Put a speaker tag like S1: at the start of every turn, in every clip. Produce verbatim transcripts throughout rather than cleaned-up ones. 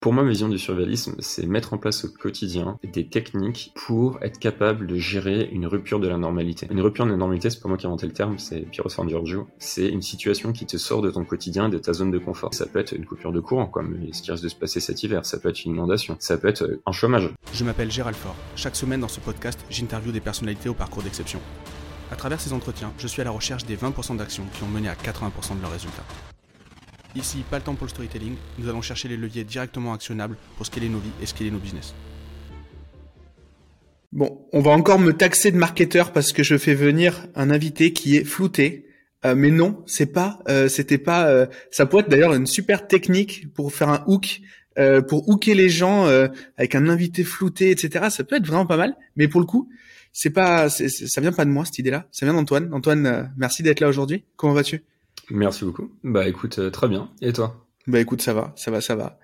S1: Pour moi, ma vision du survivalisme, c'est mettre en place au quotidien des techniques pour être capable de gérer une rupture de la normalité. Une rupture de la normalité, c'est pas moi qui ai inventé le terme, c'est Piero San Giorgio. C'est une situation qui te sort de ton quotidien, de ta zone de confort. Ça peut être une coupure de courant, comme ce qui risque de se passer cet hiver. Ça peut être une inondation. Ça peut être un chômage.
S2: Je m'appelle Gérald Faure. Chaque semaine dans ce podcast, j'interviewe des personnalités au parcours d'exception. À travers ces entretiens, je suis à la recherche des vingt pour cent d'actions qui ont mené à quatre-vingts pour cent de leurs résultats. Ici, pas le temps pour le storytelling, nous allons chercher les leviers directement actionnables pour scaler nos vies et scaler nos business.
S3: Bon, on va encore me taxer de marketeur parce que je fais venir un invité qui est flouté. Euh, mais non, c'est pas, euh, c'était pas. Euh, ça pourrait être d'ailleurs une super technique pour faire un hook, euh, pour hooker les gens euh, avec un invité flouté, et cetera. Ça peut être vraiment pas mal. Mais pour le coup, c'est pas, c'est, c'est, ça vient pas de moi cette idée-là. Ça vient d'Antoine. Antoine, euh, merci d'être là aujourd'hui. Comment vas-tu ?
S1: Merci beaucoup. Bah écoute, euh, très bien. Et toi ?
S3: Bah écoute, ça va, ça va, ça va.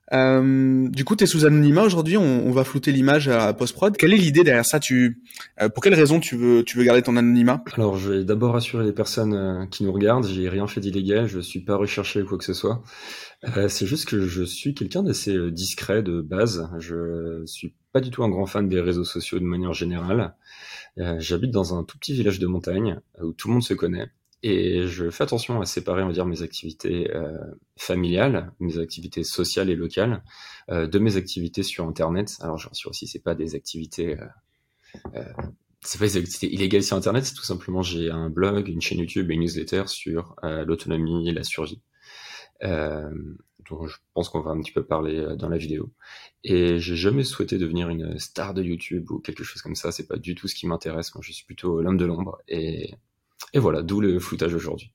S3: Euh, du coup, t'es sous anonymat aujourd'hui. On, on va flouter l'image à post-prod. Quelle est l'idée derrière ça ? Tu, euh, pour quelle raison tu veux, tu veux garder ton anonymat ?
S1: Alors, je vais d'abord rassurer les personnes euh, qui nous regardent. J'ai rien fait d'illégal. Je suis pas recherché ou quoi que ce soit. Euh, c'est juste que je suis quelqu'un d'assez euh, discret de base. Je suis pas du tout un grand fan des réseaux sociaux de manière générale. Euh, j'habite dans un tout petit village de montagne où tout le monde se connaît. Et je fais attention à séparer, on va dire, mes activités euh, familiales, mes activités sociales et locales, euh, de mes activités sur Internet. Alors, je rassure aussi, c'est pas des activités, euh, euh, c'est pas des activités illégales sur Internet. C'est tout simplement, j'ai un blog, une chaîne YouTube et une newsletter sur euh, l'autonomie et la survie, euh, dont je pense qu'on va un petit peu parler dans la vidéo. Et j'ai jamais souhaité devenir une star de YouTube ou quelque chose comme ça. C'est pas du tout ce qui m'intéresse. Moi, je suis plutôt l'homme de l'ombre et Et voilà, d'où le floutage aujourd'hui.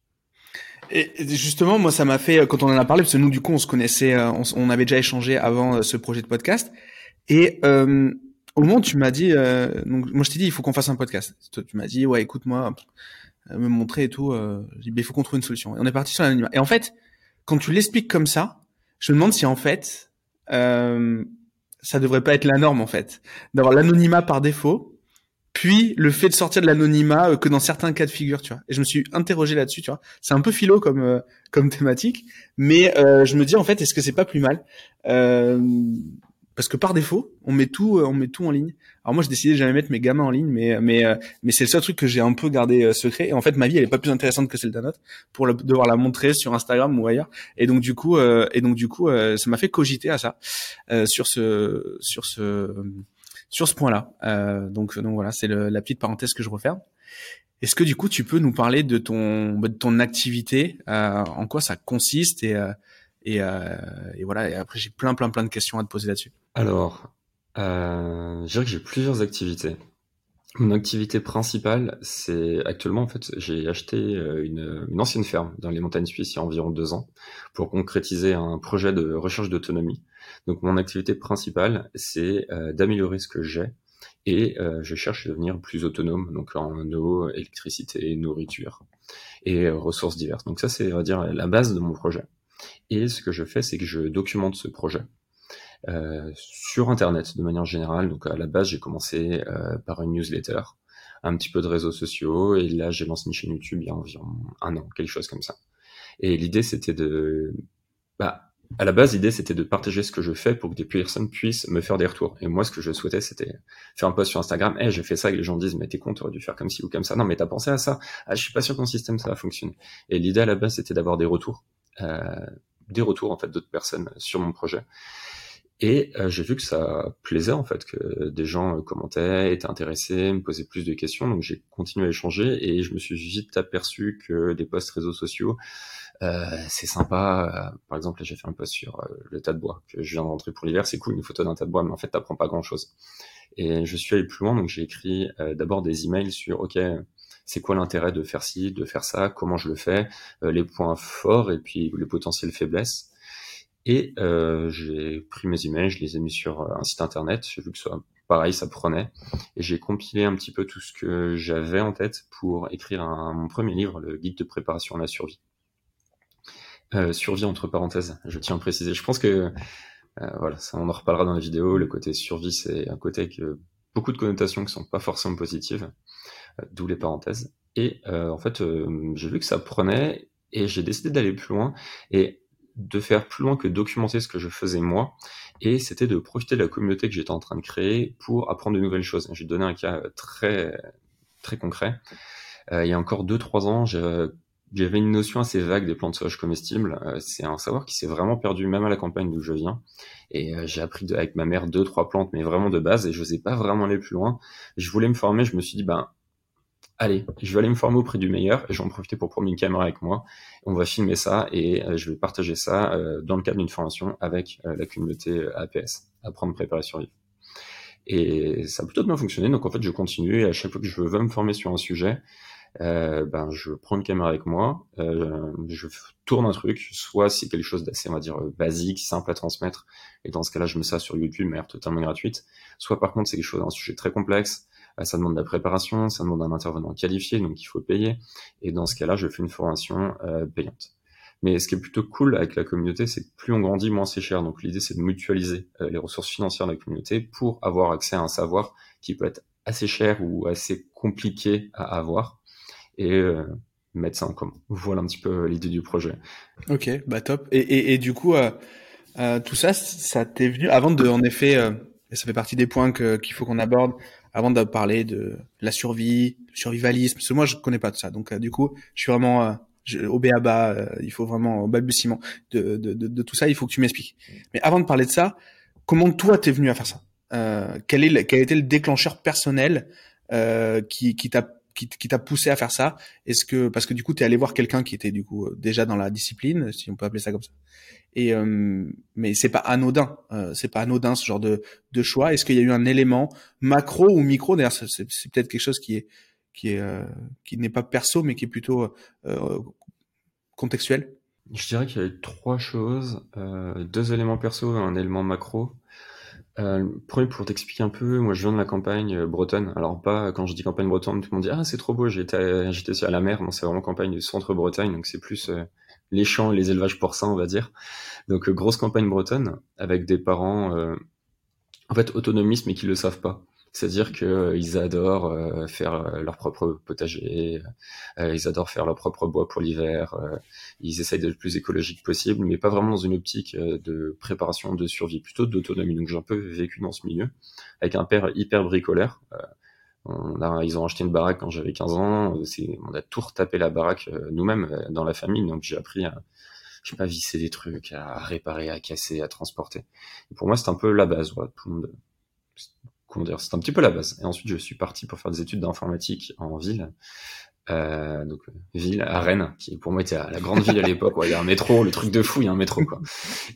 S3: Et justement, moi, ça m'a fait, quand on en a parlé, parce que nous, du coup, on se connaissait, on, on avait déjà échangé avant ce projet de podcast. Et euh, au moment où tu m'as dit, euh, donc moi, je t'ai dit, il faut qu'on fasse un podcast. Toi, tu m'as dit, ouais, écoute-moi, me montrer et tout. Euh, j'ai dit, il faut qu'on trouve une solution. Et on est parti sur l'anonymat. Et en fait, quand tu l'expliques comme ça, je me demande si en fait, euh, ça devrait pas être la norme, en fait, d'avoir l'anonymat par défaut. Puis le fait de sortir de l'anonymat euh, que dans certains cas de figure, tu vois. Et je me suis interrogé là-dessus, tu vois. C'est un peu philo comme euh, comme thématique, mais euh, je me dis en fait, est-ce que c'est pas plus mal euh, parce que par défaut, on met tout, euh, on met tout en ligne. Alors moi, j'ai décidé de jamais mettre mes gamins en ligne, mais mais euh, mais c'est le seul truc que j'ai un peu gardé euh, secret. Et en fait, ma vie, elle est pas plus intéressante que celle d'un autre pour le, devoir la montrer sur Instagram ou ailleurs. Et donc du coup, euh, et donc du coup, euh, ça m'a fait cogiter à ça euh, sur ce sur ce sur ce point-là. Euh, donc, donc voilà, c'est le, la petite parenthèse que je referme. Est-ce que du coup, tu peux nous parler de ton de ton activité, euh, en quoi ça consiste et euh, et, euh, et voilà. Et après, j'ai plein plein plein de questions à te poser là-dessus.
S1: Alors, euh, je dirais que j'ai plusieurs activités. Mon activité principale, c'est actuellement, en fait, j'ai acheté une, une ancienne ferme dans les montagnes suisses il y a environ deux ans pour concrétiser un projet de recherche d'autonomie. Donc, mon activité principale, c'est euh, d'améliorer ce que j'ai et euh, je cherche à devenir plus autonome, donc en eau, électricité, nourriture et euh, ressources diverses. Donc ça, c'est, on va dire, la base de mon projet. Et ce que je fais, c'est que je documente ce projet. Euh, sur Internet de manière générale. Donc à la base, j'ai commencé euh, par une newsletter, un petit peu de réseaux sociaux, et là j'ai lancé une chaîne YouTube il y a environ un an, quelque chose comme ça. Et l'idée c'était de, bah, à la base l'idée c'était de partager ce que je fais pour que des personnes puissent me faire des retours. Et moi ce que je souhaitais c'était faire un post sur Instagram, hey, j'ai fait ça, et les gens disent mais t'es con, t'aurais dû faire comme ci ou comme ça. Non mais t'as pensé à ça, ah, je suis pas sûr que ton système ça va fonctionner. Et l'idée à la base c'était d'avoir des retours, euh, des retours en fait d'autres personnes sur mon projet. Et euh, j'ai vu que ça plaisait en fait, que des gens euh, commentaient, étaient intéressés, me posaient plus de questions, donc j'ai continué à échanger et je me suis vite aperçu que des posts réseaux sociaux, euh, c'est sympa. Euh, par exemple, là, j'ai fait un post sur euh, le tas de bois que je viens de rentrer pour l'hiver, c'est cool, une photo d'un tas de bois, mais en fait t'apprends pas grand-chose. Et je suis allé plus loin, donc j'ai écrit euh, d'abord des emails sur ok, c'est quoi l'intérêt de faire ci, de faire ça, comment je le fais, euh, les points forts et puis les potentielles faiblesses. Et euh, j'ai pris mes emails, je les ai mis sur un site internet, j'ai vu que ça, pareil, ça prenait, et j'ai compilé un petit peu tout ce que j'avais en tête pour écrire un, mon premier livre, le guide de préparation à la survie. Euh, survie entre parenthèses, je tiens à préciser. Je pense que, euh, voilà, ça, on en reparlera dans la vidéo, le côté survie, c'est un côté avec euh, beaucoup de connotations qui sont pas forcément positives, euh, d'où les parenthèses. Et euh, en fait, euh, j'ai vu que ça prenait, et j'ai décidé d'aller plus loin, et de faire plus loin que documenter ce que je faisais moi, et c'était de profiter de la communauté que j'étais en train de créer pour apprendre de nouvelles choses. Je vais te donner un cas très, très concret. Euh, il y a encore deux trois ans, j'ai J'avais une notion assez vague des plantes sauvages comestibles. Euh, c'est un savoir qui s'est vraiment perdu même à la campagne d'où je viens. Et euh, j'ai appris de, avec ma mère deux, trois plantes, mais vraiment de base, et je n'osais pas vraiment aller plus loin. Je voulais me former, je me suis dit, ben, allez, je vais aller me former auprès du meilleur, et je vais en profiter pour prendre une caméra avec moi. On va filmer ça, et euh, je vais partager ça euh, dans le cadre d'une formation avec euh, la communauté A P S, Apprendre, Préparer, Survivre. Et ça a plutôt bien fonctionné, donc en fait, je continue, et à chaque fois que je veux me former sur un sujet, Euh, ben je prends une caméra avec moi, euh, je tourne un truc, soit c'est quelque chose d'assez, on va dire, basique, simple à transmettre, et dans ce cas-là je mets ça sur YouTube de manière totalement gratuite, soit par contre c'est quelque chose, un sujet très complexe, euh, ça demande de la préparation, ça demande un intervenant qualifié, donc il faut payer, et dans ce cas-là je fais une formation euh, payante. Mais ce qui est plutôt cool avec la communauté, c'est que plus on grandit, moins c'est cher. Donc l'idée c'est de mutualiser euh, les ressources financières de la communauté pour avoir accès à un savoir qui peut être assez cher ou assez compliqué à avoir, et euh, mettre ça en commun. Voilà un petit peu l'idée du projet.
S3: Ok, bah top. Et, et, et du coup, euh, euh, tout ça, ça t'est venu avant de, en effet, euh, et ça fait partie des points que, qu'il faut qu'on aborde, avant de parler de la survie, du survivalisme, parce que moi je connais pas de ça, donc euh, du coup, je suis vraiment euh, je, au b a bas, euh, il faut vraiment au balbutiement de, de, de, de tout ça, il faut que tu m'expliques. Mais avant de parler de ça, comment toi t'es venu à faire ça? euh, quel, est le, quel a été le déclencheur personnel euh, qui, qui t'a qui, qui t'a poussé à faire ça? Est-ce que parce que du coup t'es allé voir quelqu'un qui était du coup déjà dans la discipline, si on peut appeler ça comme ça, et euh, mais c'est pas anodin, euh, c'est pas anodin ce genre de de choix. Est-ce qu'il y a eu un élément macro ou micro? D'ailleurs, c'est, c'est, c'est peut-être quelque chose qui est qui est euh, qui n'est pas perso mais qui est plutôt euh, contextuel.
S1: Je dirais qu'il y a eu trois choses, euh, deux éléments perso et un élément macro. Euh, premier, pour t'expliquer un peu, moi je viens de la campagne euh, bretonne. Alors pas, quand je dis campagne bretonne, tout le monde dit ah c'est trop beau, j'étais j'étais à la mer. Non, c'est vraiment campagne du centre Bretagne, donc c'est plus euh, les champs et les élevages porcins, on va dire. Donc euh, grosse campagne bretonne avec des parents euh, en fait autonomistes mais qui le savent pas. C'est-à-dire que euh, ils adorent euh, faire euh, leur propre potager, euh, ils adorent faire leur propre bois pour l'hiver, euh, ils essayent d'être le plus écologique possible, mais pas vraiment dans une optique euh, de préparation, de survie, plutôt d'autonomie. Donc j'ai un peu vécu dans ce milieu, avec un père hyper bricoleur. Euh, on a, ils ont acheté une baraque quand j'avais quinze ans, c'est, on a tout retapé la baraque euh, nous-mêmes euh, dans la famille, donc j'ai appris à, je sais pas, visser des trucs, à réparer, à casser, à transporter. Et pour moi c'est un peu la base, voilà, tout le monde... Comment dire, c'est un petit peu la base. Et ensuite, je suis parti pour faire des études d'informatique en ville. Euh, donc, ville à Rennes, qui pour moi était la grande ville à l'époque. Ouais, il y a un métro, le truc de fou, il y a un métro, quoi.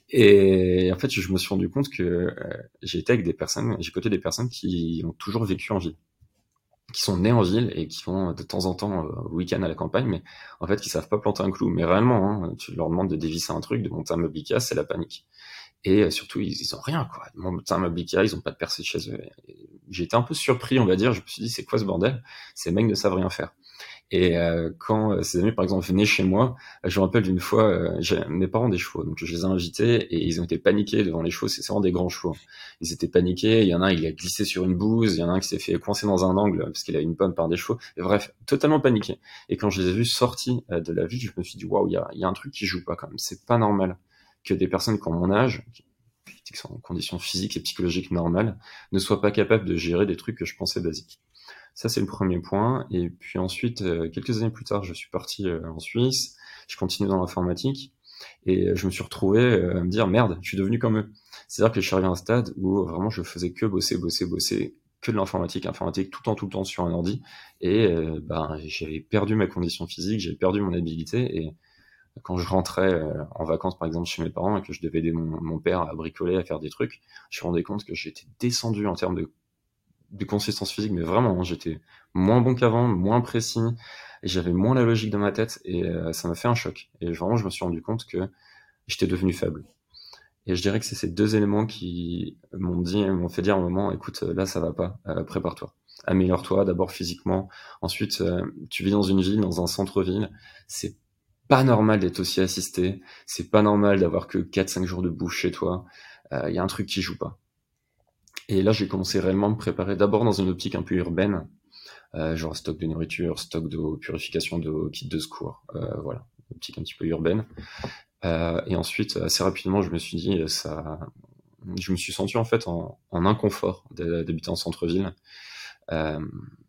S1: Et en fait, je me suis rendu compte que euh, j'ai été avec des personnes, j'ai côtoyé des personnes qui ont toujours vécu en ville, qui sont nées en ville et qui vont de temps en temps euh, au week-end à la campagne, mais en fait, qui savent pas planter un clou. Mais réellement, hein, tu leur demandes de dévisser un truc, de monter un meuble Ikea, c'est la panique. Et surtout, ils, ils ont rien, quoi. C'est un meuble Ikea, ils ont pas de percée chez eux. Et j'ai été un peu surpris, on va dire. Je me suis dit, c'est quoi ce bordel? Ces mecs ne savent rien faire. Et euh, quand euh, ces amis, par exemple, venaient chez moi, euh, je me rappelle d'une fois, euh, j'ai mes parents ont des chevaux, donc je les ai invités et ils ont été paniqués devant les chevaux. C'est vraiment des grands chevaux. Ils étaient paniqués. Il y en a un, il a glissé sur une bouse. Il y en a un qui s'est fait coincer dans un angle parce qu'il a une pomme par des chevaux. Et bref, totalement paniqués. Et quand je les ai vus sortis euh, de la ville, je me suis dit, waouh, il y a, il y a un truc qui joue pas quand même. C'est pas normal que des personnes qui ont mon âge, qui sont en conditions physiques et psychologiques normales, ne soient pas capables de gérer des trucs que je pensais basiques. Ça, c'est le premier point. Et puis ensuite, euh, quelques années plus tard, je suis parti euh, en Suisse, je continue dans l'informatique, et je me suis retrouvé euh, à me dire, merde, je suis devenu comme eux. C'est-à-dire que je suis arrivé à un stade où vraiment je faisais que bosser, bosser, bosser, que de l'informatique, informatique, tout le temps, tout le temps sur un ordi, et euh, ben, j'avais perdu ma condition physique, j'avais perdu mon habilité, et quand je rentrais euh, en vacances, par exemple, chez mes parents et que je devais aider mon, mon père à bricoler, à faire des trucs, je me rendais compte que j'étais descendu en termes de, de consistance physique, mais vraiment, hein, j'étais moins bon qu'avant, moins précis, et j'avais moins la logique dans ma tête, et euh, ça m'a fait un choc. Et vraiment, je me suis rendu compte que j'étais devenu faible. Et je dirais que c'est ces deux éléments qui m'ont dit, m'ont fait dire à un moment, écoute, là, ça va pas, euh, prépare-toi. Améliore-toi, d'abord physiquement. Ensuite, euh, tu vis dans une ville, dans un centre-ville, c'est pas normal d'être aussi assisté, c'est pas normal d'avoir que quatre cinq jours de bouffe chez toi, il euh, y a un truc qui joue pas. Et là, j'ai commencé réellement à me préparer d'abord dans une optique un peu urbaine, euh, genre stock de nourriture, stock d'eau, purification d'eau, kit de secours, euh, voilà, une optique un petit peu urbaine. Euh, et ensuite, assez rapidement, je me suis dit, ça, je me suis senti en fait en, en inconfort d'habiter en centre-ville. Euh,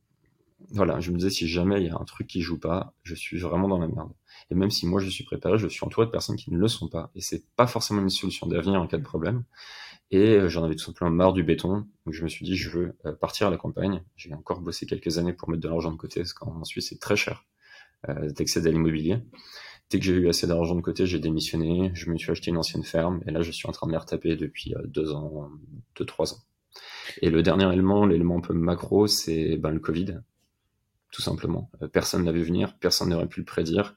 S1: voilà, je me disais, si jamais il y a un truc qui joue pas, je suis vraiment dans la merde. Et même si moi je suis préparé, je suis entouré de personnes qui ne le sont pas. Et c'est pas forcément une solution d'avenir en cas de problème. Et euh, j'en avais tout simplement marre du béton. Donc je me suis dit, je veux euh, partir à la campagne. J'ai encore bossé quelques années pour mettre de l'argent de côté, parce qu'en Suisse c'est très cher euh, d'accéder à l'immobilier. Dès que j'ai eu assez d'argent de côté, j'ai démissionné, je me suis acheté une ancienne ferme, et là je suis en train de les retaper depuis euh, deux ans, deux, trois ans. Et le dernier élément, l'élément un peu macro, c'est ben, le Covid, tout simplement. Euh, personne ne l'a vu venir, personne n'aurait pu le prédire.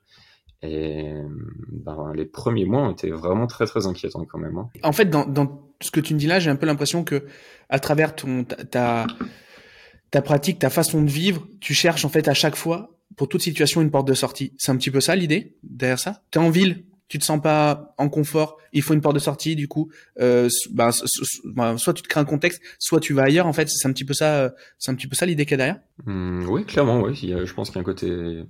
S1: Et ben, les premiers mois ont été vraiment très très inquiétants quand même. Hein.
S3: En fait, dans, dans ce que tu me dis là, j'ai un peu l'impression que à travers ton ta, ta ta pratique, ta façon de vivre, tu cherches en fait à chaque fois pour toute situation une porte de sortie. C'est un petit peu ça l'idée derrière ça. T'es en ville, tu te sens pas en confort, il faut une porte de sortie. Du coup, euh, ben, soit tu te crées un contexte, soit tu vas ailleurs. En fait, c'est un petit peu ça. C'est un petit peu ça l'idée qu'il y a derrière.
S1: Mmh, oui, clairement, oui. Je pense qu'il y a un côté.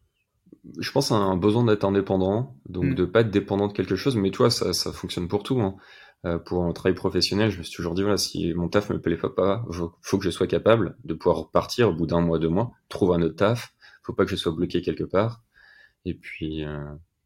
S1: Je pense à un besoin d'être indépendant, donc
S3: Mm.
S1: de pas être dépendant de quelque chose. Mais toi, ça, ça fonctionne pour tout. Hein. Euh, pour un travail professionnel, je me suis toujours dit voilà, si mon taf me plaît pas, faut, faut que je sois capable de pouvoir repartir au bout d'un mois, deux mois, trouver un autre taf. Faut pas que je sois bloqué quelque part. Et puis. Euh...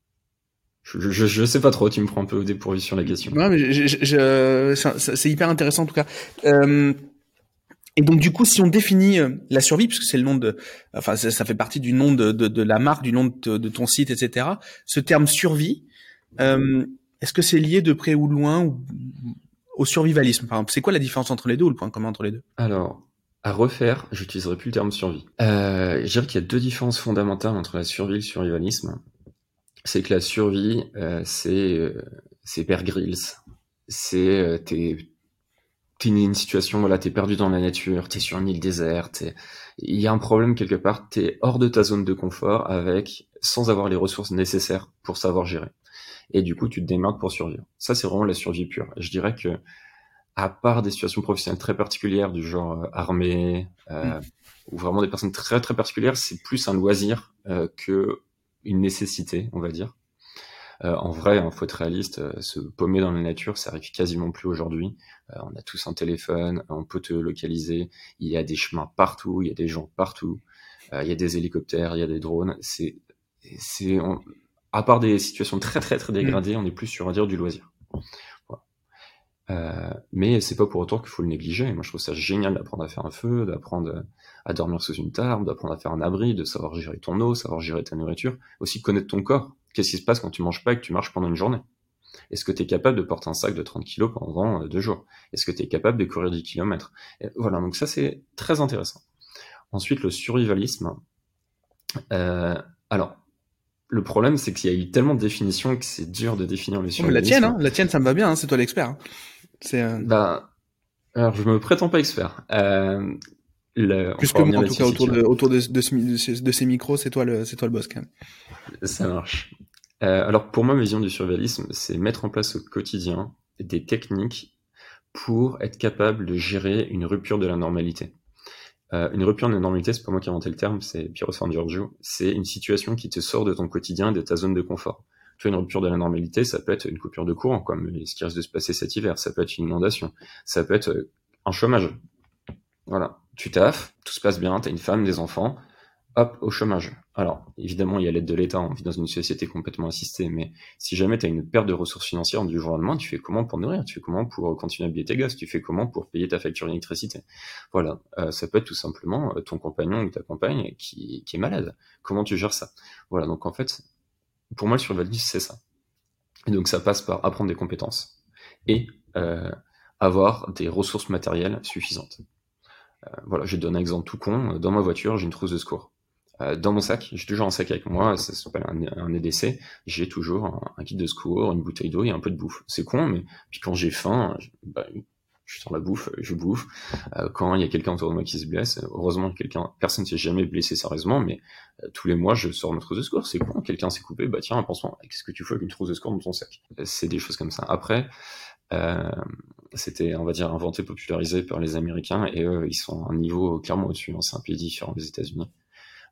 S1: Je, je, je sais pas trop, tu me prends un peu au dépourvu sur la question.
S3: Ouais, mais je, je, je, c'est, c'est hyper intéressant en tout cas. Euh, et donc du coup, si on définit la survie, puisque c'est le nom de, enfin ça, ça fait partie du nom de, de, de la marque, du nom de, de ton site, et cetera. Ce terme survie, euh, est-ce que c'est lié de près ou de loin ou, au survivalisme par exemple? C'est quoi la différence entre les deux ou le point commun entre les deux?
S1: Alors, à refaire, j'utiliserai plus le terme survie. Euh, je dirais qu'il y a deux différences fondamentales entre la survie et le survivalisme. C'est que la survie, euh, c'est euh, c'est Bear Grylls, c'est euh, t'es t'es une, une situation, voilà, t'es perdu dans la nature, t'es sur une île déserte, il y a un problème quelque part, t'es hors de ta zone de confort avec sans avoir les ressources nécessaires pour savoir gérer. Et du coup, tu te démerdes pour survivre. Ça, c'est vraiment la survie pure. Je dirais que à part des situations professionnelles très particulières du genre euh, armée euh, mmh. ou vraiment des personnes très très particulières, c'est plus un loisir euh, que une nécessité, on va dire. Euh, en vrai, il faut être réaliste, euh, se paumer dans la nature, ça arrive quasiment plus aujourd'hui. Euh, on a tous un téléphone, on peut te localiser, il y a des chemins partout, il y a des gens partout, euh, il y a des hélicoptères, il y a des drones. C'est, c'est, on, à part des situations très très très dégradées, mmh. on est plus sur, on va dire, du loisir. Voilà. Euh, mais c'est pas pour autant qu'il faut le négliger. Moi, je trouve ça génial d'apprendre à faire un feu, d'apprendre à dormir sous une table, d'apprendre à faire un abri, de savoir gérer ton eau, savoir gérer ta nourriture, aussi connaître ton corps. Qu'est-ce qui se passe quand tu manges pas et que tu marches pendant une journée? Est-ce que tu es capable de porter un sac de trente kilos pendant euh, deux jours? Est-ce que tu es capable de courir dix kilomètres? Et voilà, donc ça c'est très intéressant. Ensuite, le survivalisme. Euh, alors, le problème c'est qu'il y a eu tellement de définitions que c'est dur de définir le survivalisme.
S3: La tienne, hein, la tienne, ça me va bien, hein, c'est toi l'expert. Hein. C'est. Euh...
S1: Bah, alors je me prétends pas expert. Euh, Le,
S3: Plus que moi, en tout cas, autour, de, autour de, de, de, de ces micros, c'est toi le, c'est toi le boss, quand même.
S1: Ça marche. Euh, alors, pour moi, ma vision du survivalisme, c'est mettre en place au quotidien des techniques pour être capable de gérer une rupture de la normalité. Euh, une rupture de la normalité, c'est pas moi qui ai inventé le terme, c'est Piero San Giorgio. C'est une situation qui te sort de ton quotidien, de ta zone de confort. Tu vois, une rupture de la normalité, ça peut être une coupure de courant, comme ce qui risque de se passer cet hiver. Ça peut être une inondation. Ça peut être un chômage. Voilà. Tu taffes, tout se passe bien, t'as une femme, des enfants, hop, au chômage. Alors, évidemment, il y a l'aide de l'État, on vit dans une société complètement assistée, mais si jamais t'as une perte de ressources financières du jour au lendemain, tu fais comment pour nourrir? Tu fais comment pour continuer à payer tes gosses? Tu fais comment pour payer ta facture d'électricité? Voilà, euh, ça peut être tout simplement ton compagnon ou ta compagne qui, qui est malade. Comment tu gères ça? Voilà, donc en fait, pour moi, le survivalisme, c'est ça. Et donc ça passe par apprendre des compétences et euh, avoir des ressources matérielles suffisantes. Euh, voilà, je te donne un exemple tout con. Dans ma voiture, j'ai une trousse de secours. Euh, dans mon sac, j'ai toujours un sac avec moi, ça s'appelle un, un E D C. J'ai toujours un, un kit de secours, une bouteille d'eau et un peu de bouffe. C'est con, mais puis quand j'ai faim, je, bah, je sors la bouffe, je bouffe. Euh, quand il y a quelqu'un autour de moi qui se blesse, heureusement quelqu'un, personne ne s'est jamais blessé sérieusement, mais euh, tous les mois je sors ma trousse de secours. C'est con, quelqu'un s'est coupé, bah tiens, pense-moi, qu'est-ce que tu fais avec une trousse de secours dans ton sac? C'est des choses comme ça. Après. Euh, c'était, on va dire, inventé, popularisé par les Américains, et eux, ils sont à un niveau clairement au-dessus. C'est un pays différent des États-Unis.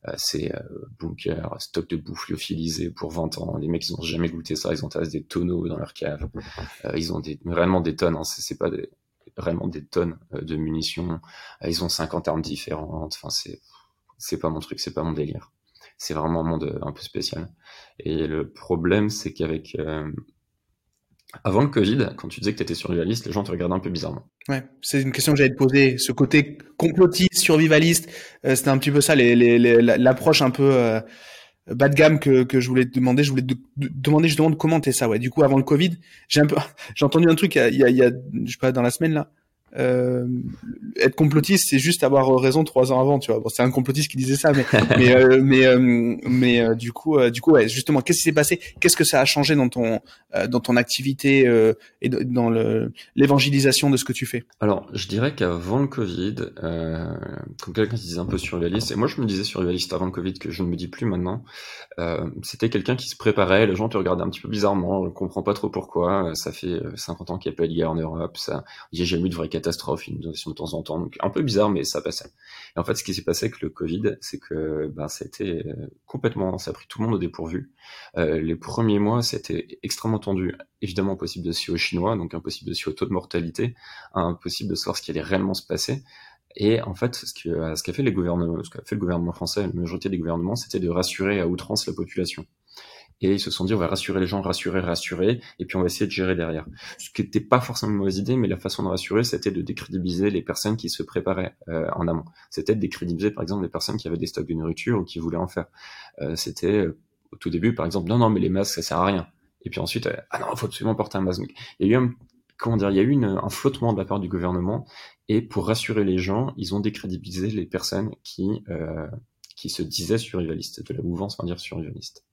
S1: Euh, c'est euh, bunker, stock de bouffe lyophilisé pour vingt ans. Les mecs, ils ont jamais goûté ça. Ils entassent des tonneaux dans leur cave. Euh, ils ont des, réellement des tonnes. Hein, c'est, c'est pas des, réellement des tonnes euh, de munitions. Euh, ils ont cinquante armes différentes. Enfin, c'est, c'est pas mon truc, c'est pas mon délire. C'est vraiment un monde un peu spécial. Et le problème, c'est qu'avec euh, avant le Covid, quand tu disais que tu étais survivaliste, les gens te regardaient un peu bizarrement.
S3: Ouais, c'est une question que j'allais te poser. Ce côté complotiste, survivaliste, euh, c'était un petit peu ça, les, les, les, l'approche un peu euh, bas de gamme que, que je voulais te demander. Je voulais te de, demander justement de commenter ça. Ouais. Du coup, avant le Covid, j'ai un peu, j'ai entendu un truc il y a, il y a, il y a je sais pas, dans la semaine là. Euh, être complotiste, c'est juste avoir raison trois ans avant, tu vois. Bon, c'est un complotiste qui disait ça, mais mais euh, mais euh, mais euh, du coup, euh, du coup, ouais, justement, qu'est-ce qui s'est passé? Qu'est-ce que ça a changé dans ton euh, dans ton activité euh, et dans le l'évangélisation de ce que tu fais?
S1: Alors, je dirais qu'avant le Covid, euh, comme quelqu'un qui disait un peu survivaliste, et moi je me disais survivaliste avant le Covid, que je ne me dis plus maintenant. Euh, c'était quelqu'un qui se préparait, les gens te regardaient un petit peu bizarrement, on comprend pas trop pourquoi, ça fait cinquante ans qu'il n'y a pas de guerre en Europe, ça, il n'y a jamais eu de vraie catastrophe, une inondation de temps en temps, donc un peu bizarre, mais ça passait. Et en fait, ce qui s'est passé avec le Covid, c'est que ben, ça a été complètement, ça a pris tout le monde au dépourvu. Euh, les premiers mois, c'était extrêmement tendu, évidemment impossible de se fier aux Chinois, donc impossible de se fier au taux de mortalité, impossible de savoir ce qui allait réellement se passer. Et en fait, ce, que, ce qu'a fait les gouvernements, ce qu'a fait le gouvernement français, la majorité des gouvernements, c'était de rassurer à outrance la population. Et ils se sont dit, on va rassurer les gens, rassurer, rassurer, et puis on va essayer de gérer derrière. Ce qui n'était pas forcément une mauvaise idée, mais la façon de rassurer, c'était de décrédibiliser les personnes qui se préparaient euh, en amont. C'était de décrédibiliser, par exemple, les personnes qui avaient des stocks de nourriture ou qui voulaient en faire. Euh, c'était, euh, au tout début, par exemple, non, non, mais les masques, ça sert à rien. Et puis ensuite, euh, ah non, il faut absolument porter un masque. Donc, il y a eu un, comment dire, il y a eu une, un flottement de la part du gouvernement, et pour rassurer les gens, ils ont décrédibilisé les personnes qui, euh, qui se disaient survivalistes, de la mouvance, on va dire survivaliste.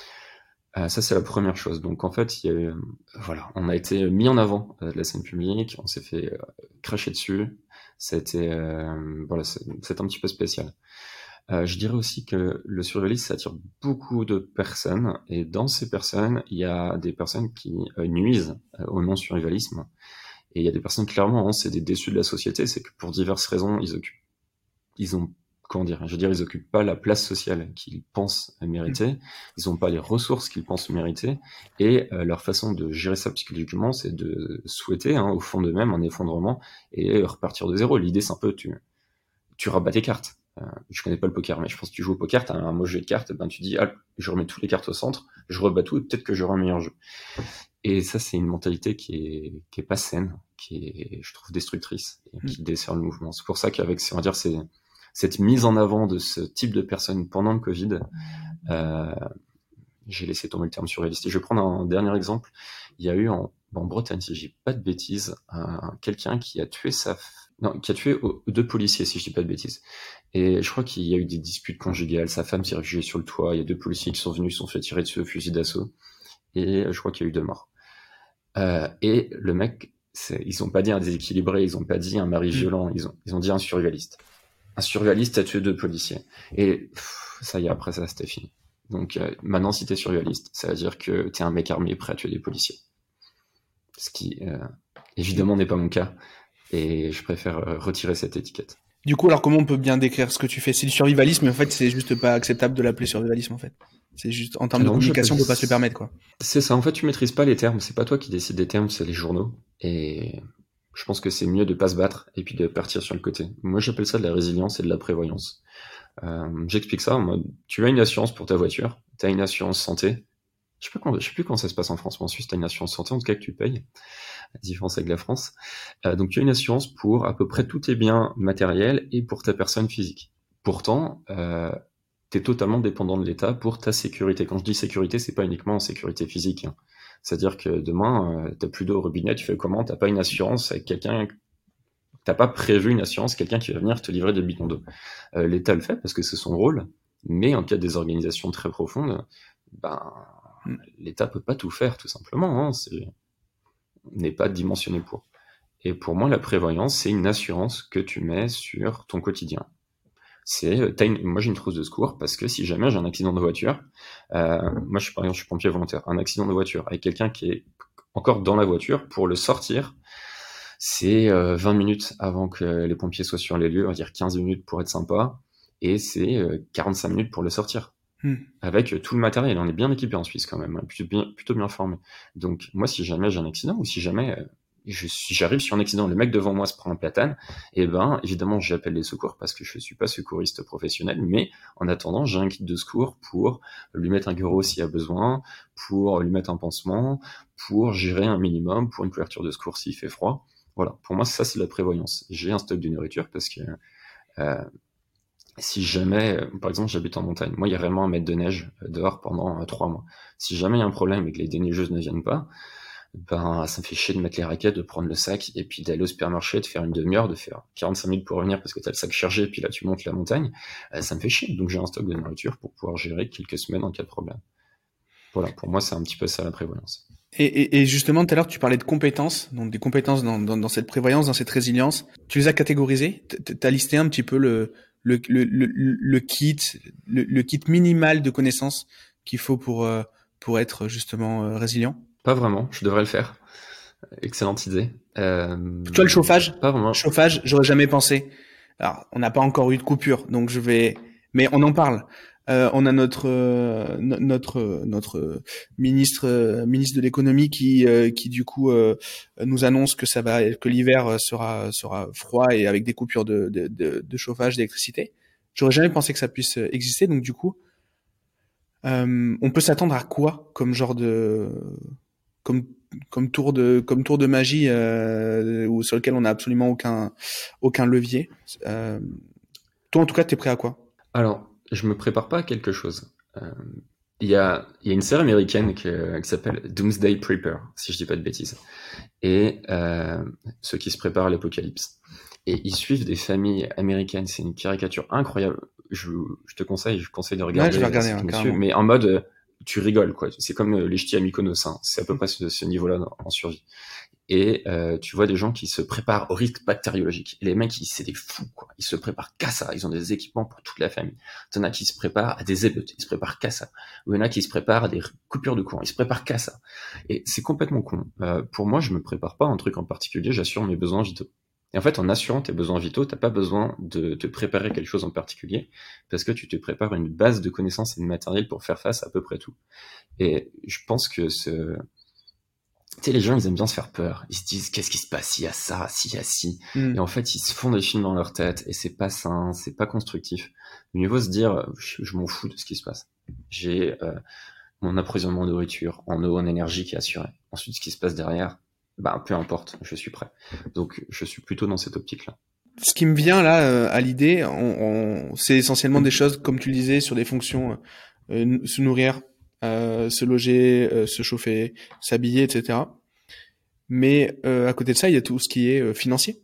S1: Euh, ça, c'est la première chose. Donc, en fait, il y a, euh, voilà, on a été mis en avant euh, de la scène publique, on s'est fait euh, cracher dessus. C'était, euh, voilà, c'est, c'est un petit peu spécial. Euh, je dirais aussi que le survivalisme, ça attire beaucoup de personnes, et dans ces personnes, il y a des personnes qui euh, nuisent euh, au non-survivalisme. Et il y a des personnes, clairement, hein, c'est des déçus de la société, c'est que pour diverses raisons, ils occupent, ils ont, comment dire, je veux dire, ils occupent pas la place sociale qu'ils pensent mériter, ils ont pas les ressources qu'ils pensent mériter, et euh, leur façon de gérer ça psychologiquement, c'est de souhaiter, hein, au fond d'eux-mêmes, un effondrement, et repartir de zéro. L'idée, c'est un peu, tu, tu rabats tes cartes. Euh, je connais pas le poker, mais je pense que tu joues au poker, t'as un mauvais jeu de cartes, ben tu dis, ah, je remets toutes les cartes au centre, je rebats tout, et peut-être que j'aurai un meilleur jeu. Et ça, c'est une mentalité qui est, qui est pas saine, qui est, je trouve, destructrice, et qui dessert le mouvement. C'est pour ça qu'avec, on va dire, c'est, cette mise en avant de ce type de personnes pendant le Covid, euh, j'ai laissé tomber le terme surréaliste. Et je vais prendre un dernier exemple. Il y a eu en, en Bretagne, si je dis pas de bêtises, un, quelqu'un qui a tué sa, non, qui a tué deux policiers, si je dis pas de bêtises. Et je crois qu'il y a eu des disputes conjugales. Sa femme s'est réfugiée sur le toit. Il y a deux policiers qui sont venus, ils se sont fait tirer dessus au fusil d'assaut. Et je crois qu'il y a eu deux morts. Euh, et le mec, c'est, ils ont pas dit un déséquilibré, ils ont pas dit un mari violent, ils ont, ils ont dit un survivaliste. Un survivaliste a tué deux policiers. Et pff, ça y est, après ça, c'était fini. Donc euh, maintenant, si t'es survivaliste, ça veut dire que t'es un mec armé prêt à tuer des policiers. Ce qui, euh, évidemment, n'est pas mon cas. Et je préfère euh, retirer cette étiquette.
S3: Du coup, alors comment on peut bien décrire ce que tu fais? C'est du survivalisme, mais en fait, c'est juste pas acceptable de l'appeler survivalisme, en fait. C'est juste, en termes
S1: Alors,
S3: de communication, on peut pas se le permettre, quoi.
S1: C'est ça, en fait, tu maîtrises pas les termes, c'est pas toi qui décides des termes, c'est les journaux. Et je pense que c'est mieux de pas se battre et puis de partir sur le côté. Moi, j'appelle ça de la résilience et de la prévoyance. Euh, j'explique ça en mode, tu as une assurance pour ta voiture, tu as une assurance santé. Je sais pas quand, je sais plus comment ça se passe en France, mais en Suisse, tu as une assurance santé, en tout cas que tu payes. La différence avec la France. Euh, donc, tu as une assurance pour à peu près tous tes biens matériels et pour ta personne physique. Pourtant, euh, t'es totalement dépendant de l'État pour ta sécurité. Quand je dis sécurité, c'est pas uniquement en sécurité physique. Hein. C'est-à-dire que demain, euh, t'as plus d'eau au robinet, tu fais comment? T'as pas une assurance avec quelqu'un, t'as pas prévu une assurance, quelqu'un qui va venir te livrer des bidons d'eau. Euh, L'État le fait parce que c'est son rôle, mais en cas de désorganisation très profonde, ben, l'État peut pas tout faire, tout simplement. Hein. C'est, n'est pas dimensionné pour. Et pour moi, la prévoyance, c'est une assurance que tu mets sur ton quotidien. C'est, t'as une, moi j'ai une trousse de secours parce que si jamais j'ai un accident de voiture, euh, moi je suis par exemple je suis pompier volontaire, un accident de voiture avec quelqu'un qui est encore dans la voiture, pour le sortir, c'est euh, vingt minutes avant que les pompiers soient sur les lieux, on va dire quinze minutes pour être sympa, et c'est euh, quarante-cinq minutes pour le sortir.
S3: Hmm.
S1: Avec euh, tout le matériel. On est bien équipé en Suisse quand même, hein, plutôt bien, plutôt bien formé. Donc moi, si jamais j'ai un accident ou si jamais euh, je, si j'arrive sur un accident, le mec devant moi se prend un platane, et ben évidemment j'appelle les secours parce que je suis pas secouriste professionnel, mais en attendant j'ai un kit de secours pour lui mettre un guéro s'il y a besoin, pour lui mettre un pansement, pour gérer un minimum, pour une couverture de secours s'il fait froid. Voilà, pour moi ça c'est la prévoyance. J'ai un stock de nourriture parce que euh, si jamais, euh, par exemple, j'habite en montagne, moi il y a vraiment un mètre de neige euh, dehors pendant euh, trois mois. Si jamais il y a un problème et que les déneigeuses ne viennent pas, ben ça me fait chier de mettre les raquettes, de prendre le sac et puis d'aller au supermarché, de faire une demi-heure, de faire quarante-cinq minutes pour revenir parce que t'as le sac chargé et puis là tu montes la montagne. Euh, ça me fait chier. Donc j'ai un stock de nourriture pour pouvoir gérer quelques semaines en cas de problème. Voilà, pour moi c'est un petit peu ça la prévoyance.
S3: Et, et, et justement, tout à l'heure, tu parlais de compétences, donc des compétences dans, dans, dans cette prévoyance, dans cette résilience. Tu les as catégorisées. Tu as listé un petit peu le, le, le, le, le kit, le, le kit minimal de connaissances qu'il faut pour, euh, pour être justement euh, résilient.
S1: Pas vraiment, je devrais le faire. Excellente idée. Euh...
S3: Tu vois, le chauffage,
S1: Pas vraiment.
S3: chauffage, j'aurais jamais pensé. Alors, on n'a pas encore eu de coupure, donc je vais, mais on en parle. Euh, on a notre euh, notre notre ministre euh, ministre de l'économie qui euh, qui du coup euh, nous annonce que ça va que l'hiver sera sera froid et avec des coupures de de, de, de chauffage, d'électricité. J'aurais jamais pensé que ça puisse exister, donc du coup, euh, on peut s'attendre à quoi comme genre de comme comme tour de comme tour de magie euh, ou sur lequel on n'a absolument aucun aucun levier. Euh, toi en tout cas, t'es prêt à quoi?
S1: Alors, je me prépare pas à quelque chose. Il euh, y, a, y a une série américaine qui, qui s'appelle Doomsday Prepper, si je dis pas de bêtises, et euh, ceux qui se préparent à l'apocalypse. Et ils suivent des familles américaines. C'est une caricature incroyable. Je, je te conseille, je conseille de regarder.
S3: Ouais, je vais regarder, hein,
S1: dessus, mais en mode, euh, tu rigoles, quoi. C'est comme euh, les ch'tis à Mykonos, hein. C'est à peu près ce, ce niveau-là en, en survie. Et euh, tu vois des gens qui se préparent au risque bactériologique. Et les mecs, ils, c'est des fous, quoi. Ils se préparent qu'à ça. Ils ont des équipements pour toute la famille. T'en as qui se préparent à des émeutes. Ils se préparent qu'à ça. Ou il y en a qui se préparent à des coupures de courant. Ils se préparent qu'à ça. Et c'est complètement con. Euh, pour moi, je me prépare pas à un truc en particulier. J'assure mes besoins vitaux. Et en fait, en assurant tes besoins vitaux, t'as pas besoin de te préparer quelque chose en particulier parce que tu te prépares une base de connaissances et de matériel pour faire face à, à peu près tout. Et je pense que ce... Tu sais, les gens, ils aiment bien se faire peur. Ils se disent, qu'est-ce qui se passe s'il y a ça, s'il y a ci. Mm. Et en fait, ils se font des films dans leur tête et c'est pas sain, c'est pas constructif. Mieux vaut se dire, je, je m'en fous de ce qui se passe. J'ai euh, mon approvisionnement de nourriture, en eau, en énergie qui est assuré. Ensuite, ce qui se passe derrière, bah, peu importe, je suis prêt. Donc, je suis plutôt dans cette optique-là.
S3: Ce qui me vient là euh, à l'idée, on, on, c'est essentiellement des choses, comme tu le disais, sur des fonctions, euh, se nourrir, euh, se loger, euh, se chauffer, s'habiller, et cetera. Mais euh, à côté de ça, il y a tout ce qui est euh, financier.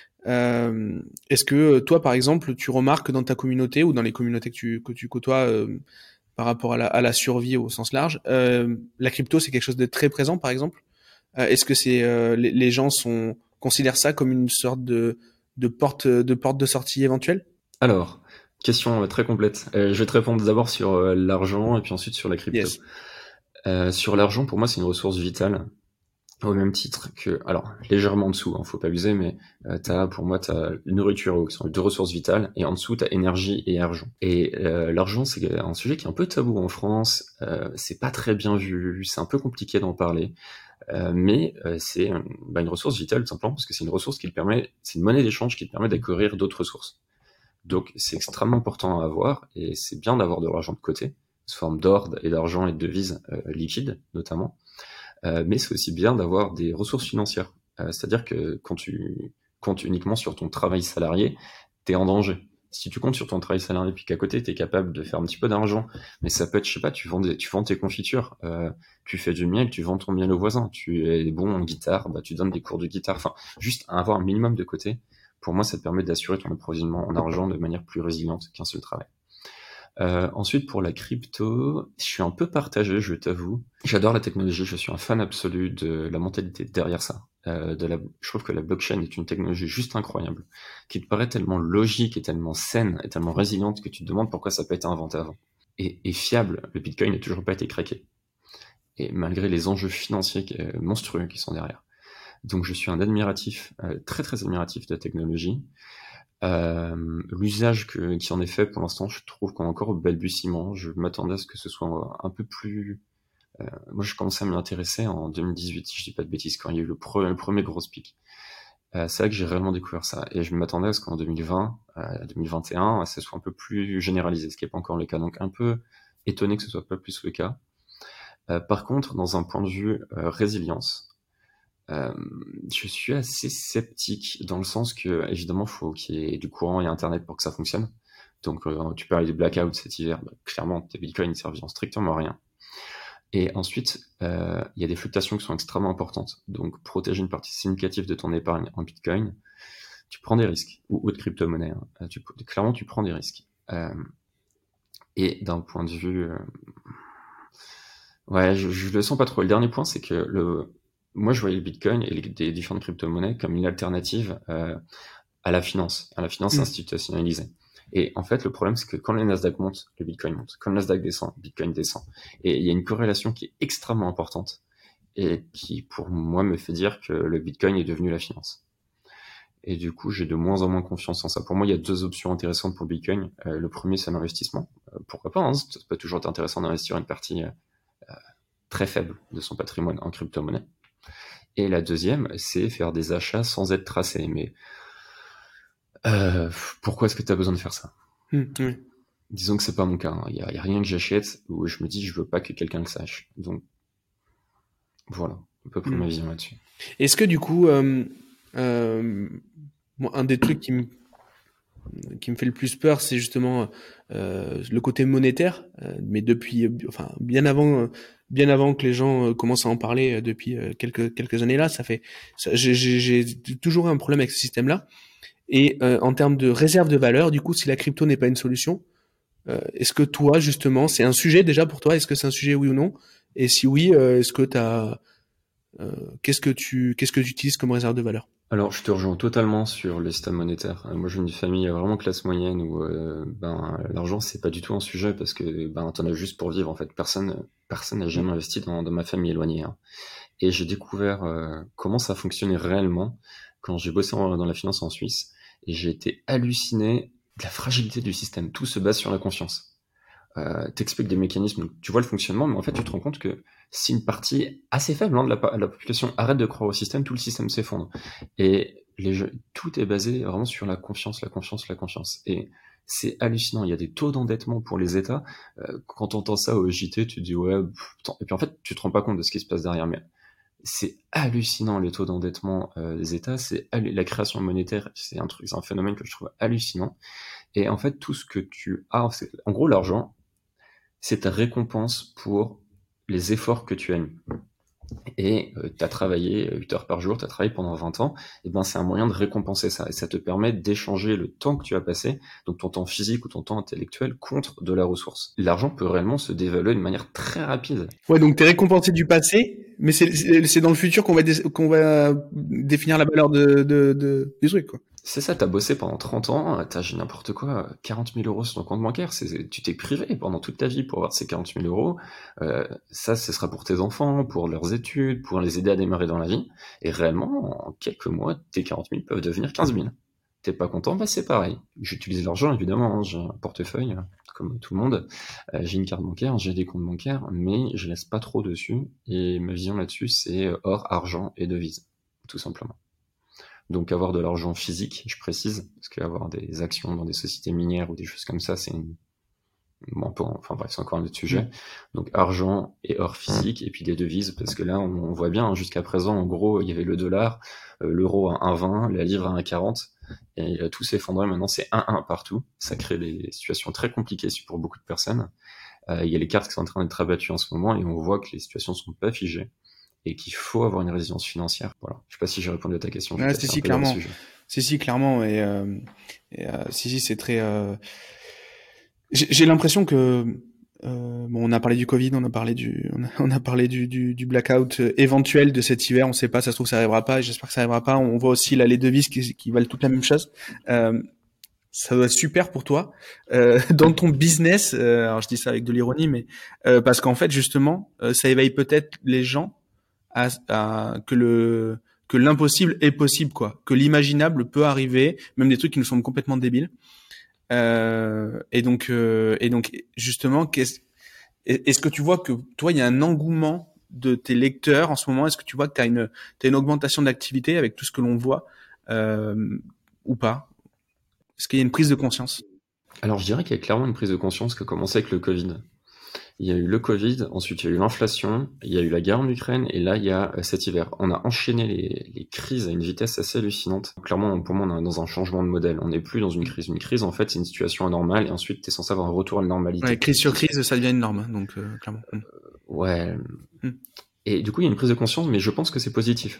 S3: Euh, est-ce que toi, par exemple, tu remarques dans ta communauté ou dans les communautés que tu, que tu côtoies euh, par rapport à la, à la survie au sens large, euh, la crypto, c'est quelque chose de très présent, par exemple. Euh, est-ce que c'est euh, les, les gens sont considèrent ça comme une sorte de de porte de porte de sortie éventuelle?
S1: Alors, question euh, très complète. Euh, je vais te répondre d'abord sur euh, l'argent et puis ensuite sur la crypto.
S3: Yes.
S1: Euh, sur l'argent, pour moi, c'est une ressource vitale. Au même titre que, alors légèrement en dessous, hein, faut pas abuser, mais euh, t'as, pour moi, t'as nourriture et eau qui sont les deux ressources vitales, et en dessous t'as énergie et argent. Et euh, l'argent, c'est un sujet qui est un peu tabou en France. Euh, c'est pas très bien vu, c'est un peu compliqué d'en parler, euh, mais euh, c'est bah, une ressource vitale tout simplement parce que c'est une ressource qui te permet, c'est une monnaie d'échange qui te permet d'acquérir d'autres ressources. Donc c'est extrêmement important à avoir, et c'est bien d'avoir de l'argent de côté, sous forme d'or et d'argent et de devises euh, liquides notamment. Euh, mais c'est aussi bien d'avoir des ressources financières. Euh, c'est-à-dire que quand tu comptes uniquement sur ton travail salarié, t'es en danger. Si tu comptes sur ton travail salarié puis qu'à côté t'es capable de faire un petit peu d'argent, mais ça peut être, je sais pas, tu vends des, tu vends tes confitures, euh, tu fais du miel, tu vends ton miel au voisin, tu es bon en guitare, bah tu donnes des cours de guitare. Enfin, juste avoir un minimum de côté. Pour moi, ça te permet d'assurer ton approvisionnement en argent de manière plus résiliente qu'un seul travail. Euh, ensuite, pour la crypto, je suis un peu partagé, je t'avoue. J'adore la technologie, je suis un fan absolu de la mentalité derrière ça. Euh, de la, je trouve que la blockchain est une technologie juste incroyable, qui te paraît tellement logique et tellement saine et tellement résiliente que tu te demandes pourquoi ça n'a pas été inventé avant. Et, et fiable, le Bitcoin n'a toujours pas été craqué. Et malgré les enjeux financiers euh, monstrueux qui sont derrière. Donc je suis un admiratif, euh, très très admiratif de la technologie. Euh, l'usage que, qui en est fait pour l'instant, je trouve qu'on est encore au balbutiement. Je m'attendais à ce que ce soit un peu plus... Euh, moi, je commençais à m'y intéresser en deux mille dix-huit, si je dis pas de bêtises, quand il y a eu le, pre- le premier gros pic. Euh, c'est là que j'ai réellement découvert ça. Et je m'attendais à ce qu'en deux mille vingt, euh, deux mille vingt et un, ça soit un peu plus généralisé, ce qui n'est pas encore le cas. Donc un peu étonné que ce soit pas plus le cas. Euh, par contre, dans un point de vue euh, résilience, euh, je suis assez sceptique dans le sens que, évidemment, faut qu'il y ait du courant et Internet pour que ça fonctionne. Donc, euh, tu parlais des blackouts cet hiver. Bah, clairement, tes bitcoins ne serviront strictement à rien. Et ensuite, euh, il y a des fluctuations qui sont extrêmement importantes. Donc, protéger une partie significative de ton épargne en bitcoin, tu prends des risques, ou autre crypto-monnaie. Hein. Tu, clairement, tu prends des risques. Euh, et d'un point de vue... Euh, ouais, je, je le sens pas trop. Le dernier point, c'est que le... moi, je voyais le Bitcoin et les, les différentes crypto-monnaies comme une alternative euh, à la finance, à la finance mmh. institutionnalisée. Et en fait, le problème, c'est que quand le Nasdaq monte, le Bitcoin monte. Quand le Nasdaq descend, le Bitcoin descend. Et il y a une corrélation qui est extrêmement importante et qui, pour moi, me fait dire que le Bitcoin est devenu la finance. Et du coup, j'ai de moins en moins confiance en ça. Pour moi, il y a deux options intéressantes pour le Bitcoin. Euh, le premier, c'est l'investissement. Euh, pourquoi pas, hein, ça peut toujours être intéressant d'investir une partie euh, très faible de son patrimoine en crypto-monnaie. Et la deuxième, c'est faire des achats sans être tracé. Mais euh, pourquoi est-ce que tu as besoin de faire ça ?
S3: mmh, oui.
S1: Disons que c'est pas mon cas. Il hein. n'y a, a rien que j'achète où je me dis je veux pas que quelqu'un le sache. Donc voilà, à peu près mmh. ma vision là-dessus.
S3: Est-ce que du coup, euh, euh, bon, un des trucs qui me qui me fait le plus peur, c'est justement euh, le côté monétaire. Euh, mais depuis, enfin bien avant, euh, bien avant que les gens euh, commencent à en parler euh, depuis euh, quelques quelques années là, ça fait, ça, j'ai, j'ai, j'ai toujours un problème avec ce système-là. Et euh, en termes de réserve de valeur, du coup, si la crypto n'est pas une solution, euh, est-ce que toi justement, c'est un sujet déjà pour toi ? Est-ce que c'est un sujet oui ou non ? Et si oui, euh, est-ce que t'as, euh, qu'est-ce que tu, qu'est-ce que tu utilises comme réserve de valeur ?
S1: Alors, je te rejoins totalement sur le système monétaire. Moi, je viens d'une famille vraiment classe moyenne où euh, ben l'argent c'est pas du tout un sujet parce que ben t'en as juste pour vivre en fait. Personne, personne n'a jamais investi dans, dans ma famille éloignée. Hein. Et j'ai découvert euh, comment ça fonctionnait réellement quand j'ai bossé en, dans la finance en Suisse et j'ai été halluciné de la fragilité du système. Tout se base sur la confiance. Euh, t'expliques des mécanismes, tu vois le fonctionnement, mais en fait tu te rends compte que si une partie assez faible hein, de, la, de la population arrête de croire au système, tout le système s'effondre. Et les jeux, tout est basé vraiment sur la confiance, la confiance, la confiance. Et c'est hallucinant. Il y a des taux d'endettement pour les États. Euh, quand tu entends ça au J T, tu te dis ouais. Pff, et puis en fait, tu te rends pas compte de ce qui se passe derrière. Mais c'est hallucinant les taux d'endettement euh, des États. C'est hallu- la création monétaire. C'est un truc, c'est un phénomène que je trouve hallucinant. Et en fait, tout ce que tu as, c'est, en gros, l'argent. C'est ta récompense pour les efforts que tu as mis. Et euh, tu as travaillé huit heures par jour, tu as travaillé pendant vingt ans, et ben c'est un moyen de récompenser ça. Et ça te permet d'échanger le temps que tu as passé, donc ton temps physique ou ton temps intellectuel, contre de la ressource. L'argent peut réellement se dévaluer de manière très rapide.
S3: Ouais, donc tu es récompensé du passé, mais c'est, c'est, c'est dans le futur qu'on va, dé, qu'on va définir la valeur de, de, de, du truc, quoi.
S1: C'est ça, t'as bossé pendant trente ans, t'as j'ai n'importe quoi, quarante mille euros sur ton compte bancaire, c'est, tu t'es privé pendant toute ta vie pour avoir ces quarante mille euros, euh, ça ce sera pour tes enfants, pour leurs études, pour les aider à démarrer dans la vie, et réellement, en quelques mois, tes quarante mille peuvent devenir quinze mille. T'es pas content, bah c'est pareil. J'utilise l'argent évidemment, hein, j'ai un portefeuille, comme tout le monde, euh, j'ai une carte bancaire, j'ai des comptes bancaires, mais je laisse pas trop dessus, et ma vision là-dessus c'est or, argent et devises, tout simplement. Donc avoir de l'argent physique, je précise, parce qu'avoir des actions dans des sociétés minières ou des choses comme ça, c'est une... bon, enfin bref, c'est encore un autre sujet. Mmh. Donc argent et or physique, et puis des devises, parce que là, on, on voit bien, hein, jusqu'à présent, en gros, il y avait le dollar, euh, l'euro à un virgule vingt, la livre à un virgule quarante, et il a tout s'effondré, maintenant c'est un virgule un partout. Ça crée des situations très compliquées pour beaucoup de personnes. Euh, il y a les cartes qui sont en train d'être abattues en ce moment, et on voit que les situations sont pas figées. Et qu'il faut avoir une résilience financière. Voilà. Je sais pas si j'ai répondu à ta question.
S3: Ouais, si, si, clairement. Si, si, clairement. Et, euh, et euh, si, si, c'est très. Euh... J'ai, j'ai l'impression que euh, bon, on a parlé du Covid, on a parlé du, on a, on a parlé du, du, du blackout éventuel de cet hiver. On sait pas, ça se trouve ça arrivera pas. Et j'espère que ça arrivera pas. On voit aussi là les devises qui, qui valent toutes la même chose. Euh, ça doit être super pour toi euh, dans ton business. Euh, alors je dis ça avec de l'ironie, mais euh, parce qu'en fait justement, euh, ça éveille peut-être les gens. À, à, que le que l'impossible est possible, quoi. Que l'imaginable peut arriver, même des trucs qui nous semblent complètement débiles. Euh, et donc, euh, et donc, justement, qu'est-ce, est-ce que tu vois que toi, il y a un engouement de tes lecteurs en ce moment? Est-ce que tu vois que tu as une, t'as une augmentation d'activité avec tout ce que l'on voit, euh, ou pas? Est-ce qu'il y a une prise de conscience?
S1: Alors, je dirais qu'il y a clairement une prise de conscience qui a commencé avec le Covid. Il y a eu le Covid, ensuite il y a eu l'inflation, il y a eu la guerre en Ukraine, et là il y a euh, cet hiver. On a enchaîné les, les crises à une vitesse assez hallucinante. Clairement, pour moi, on est dans un changement de modèle. On n'est plus dans une crise. Une crise, en fait, c'est une situation anormale, et ensuite tu es censé avoir un retour à la normalité.
S3: Ouais, crise sur crise, ça devient une norme, hein, donc euh, clairement.
S1: Euh, ouais.
S3: Mm.
S1: Et du coup, il y a une prise de conscience, mais je pense que c'est positif.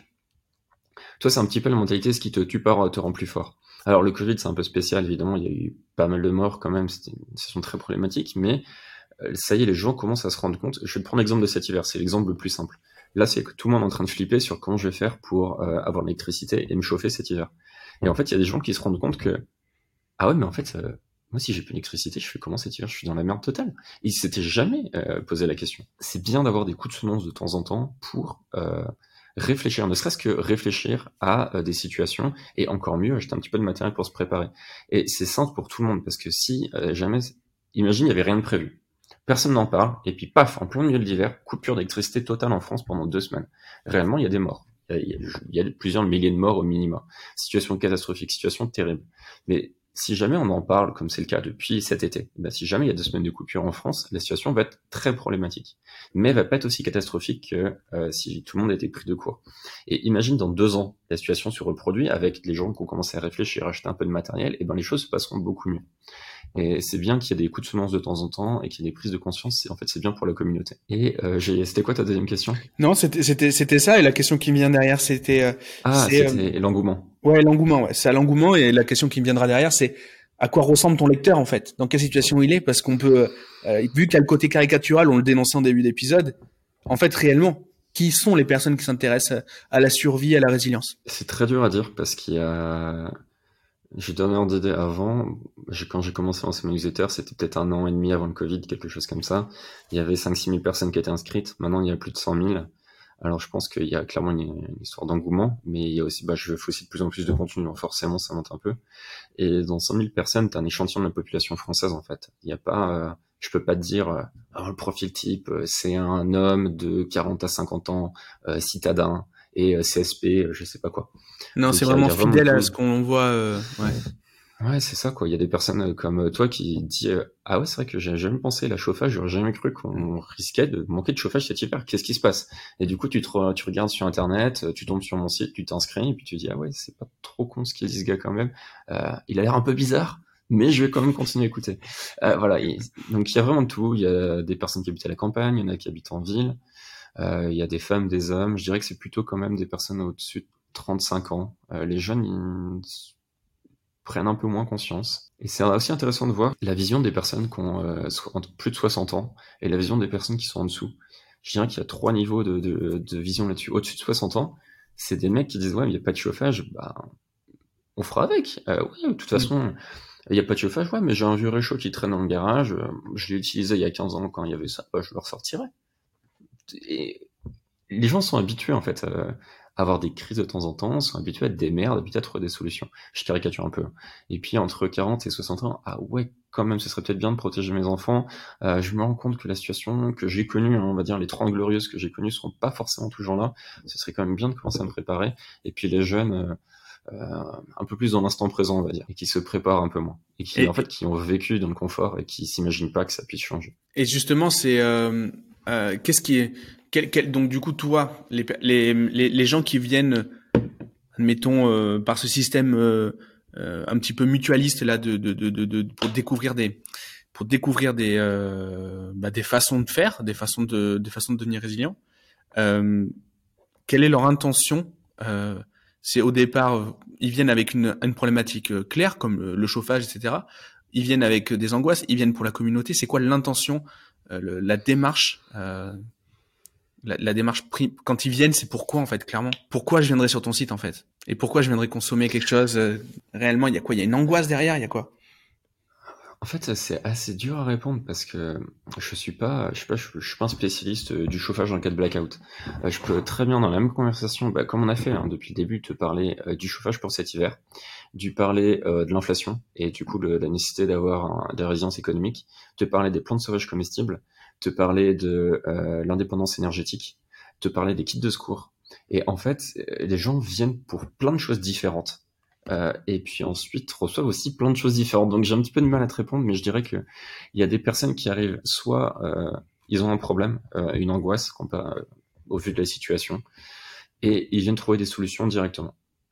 S1: Toi, c'est un petit peu la mentalité, ce qui te tue pas te rend plus fort. Alors le Covid, c'est un peu spécial, évidemment, il y a eu pas mal de morts quand même, c'était une situation très problématique, mais ça y est, les gens commencent à se rendre compte. Je vais te prendre l'exemple de cet hiver, c'est l'exemple le plus simple. Là, c'est que tout le monde est en train de flipper sur comment je vais faire pour euh, avoir de l'électricité et me chauffer cet hiver. Et en fait, il y a des gens qui se rendent compte que ah ouais, mais en fait, euh, moi, si j'ai plus d'électricité, je fais comment cet hiver? Je suis dans la merde totale. Ils s'étaient jamais euh, posé la question. C'est bien d'avoir des coups de semonce de temps en temps pour euh, réfléchir, ne serait-ce que réfléchir à euh, des situations, et encore mieux, acheter un petit peu de matériel pour se préparer. Et c'est simple pour tout le monde, parce que si euh, jamais, imagine, il y avait rien de prévu. Personne n'en parle, et puis paf, en plein milieu de l'hiver, coupure d'électricité totale en France pendant deux semaines. Réellement, il y a des morts. Il y a, il y a, il y a plusieurs milliers de morts au minimum. Situation catastrophique, situation terrible. Mais si jamais on en parle, comme c'est le cas depuis cet été, ben si jamais il y a deux semaines de coupure en France, la situation va être très problématique. Mais elle va pas être aussi catastrophique que euh, si tout le monde était pris de court. Et imagine dans deux ans, la situation se reproduit avec les gens qui ont commencé à réfléchir, à acheter un peu de matériel, et ben les choses se passeront beaucoup mieux. Et c'est bien qu'il y ait des coups de semonce de temps en temps et qu'il y ait des prises de conscience. C'est, en fait, c'est bien pour la communauté. Et euh, j'ai, c'était quoi ta deuxième question?
S3: Non, c'était c'était c'était ça. Et la question qui me vient derrière, c'était euh,
S1: ah,
S3: c'est,
S1: c'était euh, l'engouement.
S3: Ouais, l'engouement. Ouais, c'est l'engouement. Et la question qui me viendra derrière, c'est à quoi ressemble ton lecteur en fait? Dans quelle situation il est? Parce qu'on peut, euh, vu qu'il y a le côté caricatural, on le dénonçait en début d'épisode. En fait, réellement, qui sont les personnes qui s'intéressent à la survie, à la résilience?
S1: C'est très dur à dire parce qu'il y a. J'ai donné en idée avant, quand j'ai commencé à lancer mon newsletter, c'était peut-être un an et demi avant le Covid, quelque chose comme ça. Il y avait cinq six mille personnes qui étaient inscrites. Maintenant, il y a plus de cent mille. Alors, je pense qu'il y a clairement une, une histoire d'engouement, mais il y a aussi, bah, je fais aussi de plus en plus de contenu, donc forcément, ça monte un peu. Et dans cent mille personnes, t'as un échantillon de la population française, en fait. Il y a pas, euh, je peux pas te dire, euh, oh, le profil type, c'est un homme de quarante à cinquante ans, euh, citadin, et euh, C S P, je sais pas quoi.
S3: Non, donc, c'est vraiment fidèle à ce qu'on voit. Euh, ouais.
S1: Ouais, c'est ça, quoi. Il y a des personnes comme toi qui disent euh, ah ouais, c'est vrai que j'ai jamais pensé la chauffage, j'aurais jamais cru qu'on risquait de manquer de chauffage cet hiver. Qu'est-ce qui se passe? Et du coup, tu te tu regardes sur internet, tu tombes sur mon site, tu t'inscris et puis tu dis ah ouais, c'est pas trop con ce qu'il dit ce gars quand même. Euh, il a l'air un peu bizarre, mais je vais quand même continuer à écouter. Euh, voilà. Et, donc il y a vraiment tout. Il y a des personnes qui habitent à la campagne, il y en a qui habitent en ville. Euh, il y a des femmes, des hommes. Je dirais que c'est plutôt quand même des personnes au-dessus de trente-cinq ans. Euh, les jeunes, ils prennent un peu moins conscience. Et c'est aussi intéressant de voir la vision des personnes qui ont euh, plus de soixante ans et la vision des personnes qui sont en dessous. Je dirais qu'il y a trois niveaux de, de, de vision là-dessus. Au-dessus de soixante ans, c'est des mecs qui disent « Ouais, mais il n'y a pas de chauffage, bah, on fera avec. Euh, oui, de toute façon, il n'y a pas de chauffage, ouais, mais j'ai un vieux réchaud qui traîne dans le garage, je l'ai utilisé il y a quinze ans quand il y avait ça, bah, je le ressortirai. » Et les gens sont habitués, en fait, à avoir des crises de temps en temps, sont habitués à être des merdes, habitués à trouver des solutions. Je caricature un peu. Et puis, entre quarante et soixante ans, ah ouais, quand même, ce serait peut-être bien de protéger mes enfants. Euh, je me rends compte que la situation que j'ai connue, hein, on va dire les trente glorieuses que j'ai connues, seront pas forcément toujours là. Ce serait quand même bien de commencer à me préparer. Et puis, les jeunes, euh, euh, un peu plus dans l'instant présent, on va dire, et qui se préparent un peu moins. Et qui, et... en fait, qui ont vécu dans le confort et qui s'imaginent pas que ça puisse changer.
S3: Et justement, c'est... Euh... Euh, qu'est-ce qui est quel, quel, donc du coup toi les, les les les gens qui viennent admettons euh, par ce système euh, euh, un petit peu mutualiste là de de de de, de pour découvrir des pour découvrir des euh, bah, des façons de faire, des façons de des façons de devenir résilient, euh, quelle est leur intention? Euh, c'est au départ ils viennent avec une une problématique claire comme le chauffage, et cetera. Ils viennent avec des angoisses, ils viennent pour la communauté. C'est quoi l'intention? Euh, le, la démarche, euh, la, la démarche pri- quand ils viennent, c'est pourquoi en fait, clairement. Pourquoi je viendrais sur ton site en fait? Et pourquoi je viendrais consommer quelque chose euh, réellement? Il y a quoi? Il y a une angoisse derrière? Il y a quoi?
S1: En fait, c'est assez dur à répondre parce que je suis pas, je sais pas, je, je suis pas un spécialiste du chauffage en cas de blackout. Euh, je peux très bien dans la même conversation, bah, comme on a fait hein, depuis le début, te parler euh, du chauffage pour cet hiver, du parler euh, de l'inflation et du coup le, la nécessité d'avoir un, de la résilience économique, te parler des plantes sauvages comestibles, te parler de euh, l'indépendance énergétique, te parler des kits de secours. Et en fait, les gens viennent pour plein de choses différentes. Euh, et puis ensuite reçoivent aussi plein de choses différentes. Donc j'ai un petit peu de mal à te répondre, mais je dirais que il y a des personnes qui arrivent, soit euh, ils ont un problème, euh, une angoisse pas, euh, au vu de la situation, et ils viennent trouver des solutions directement.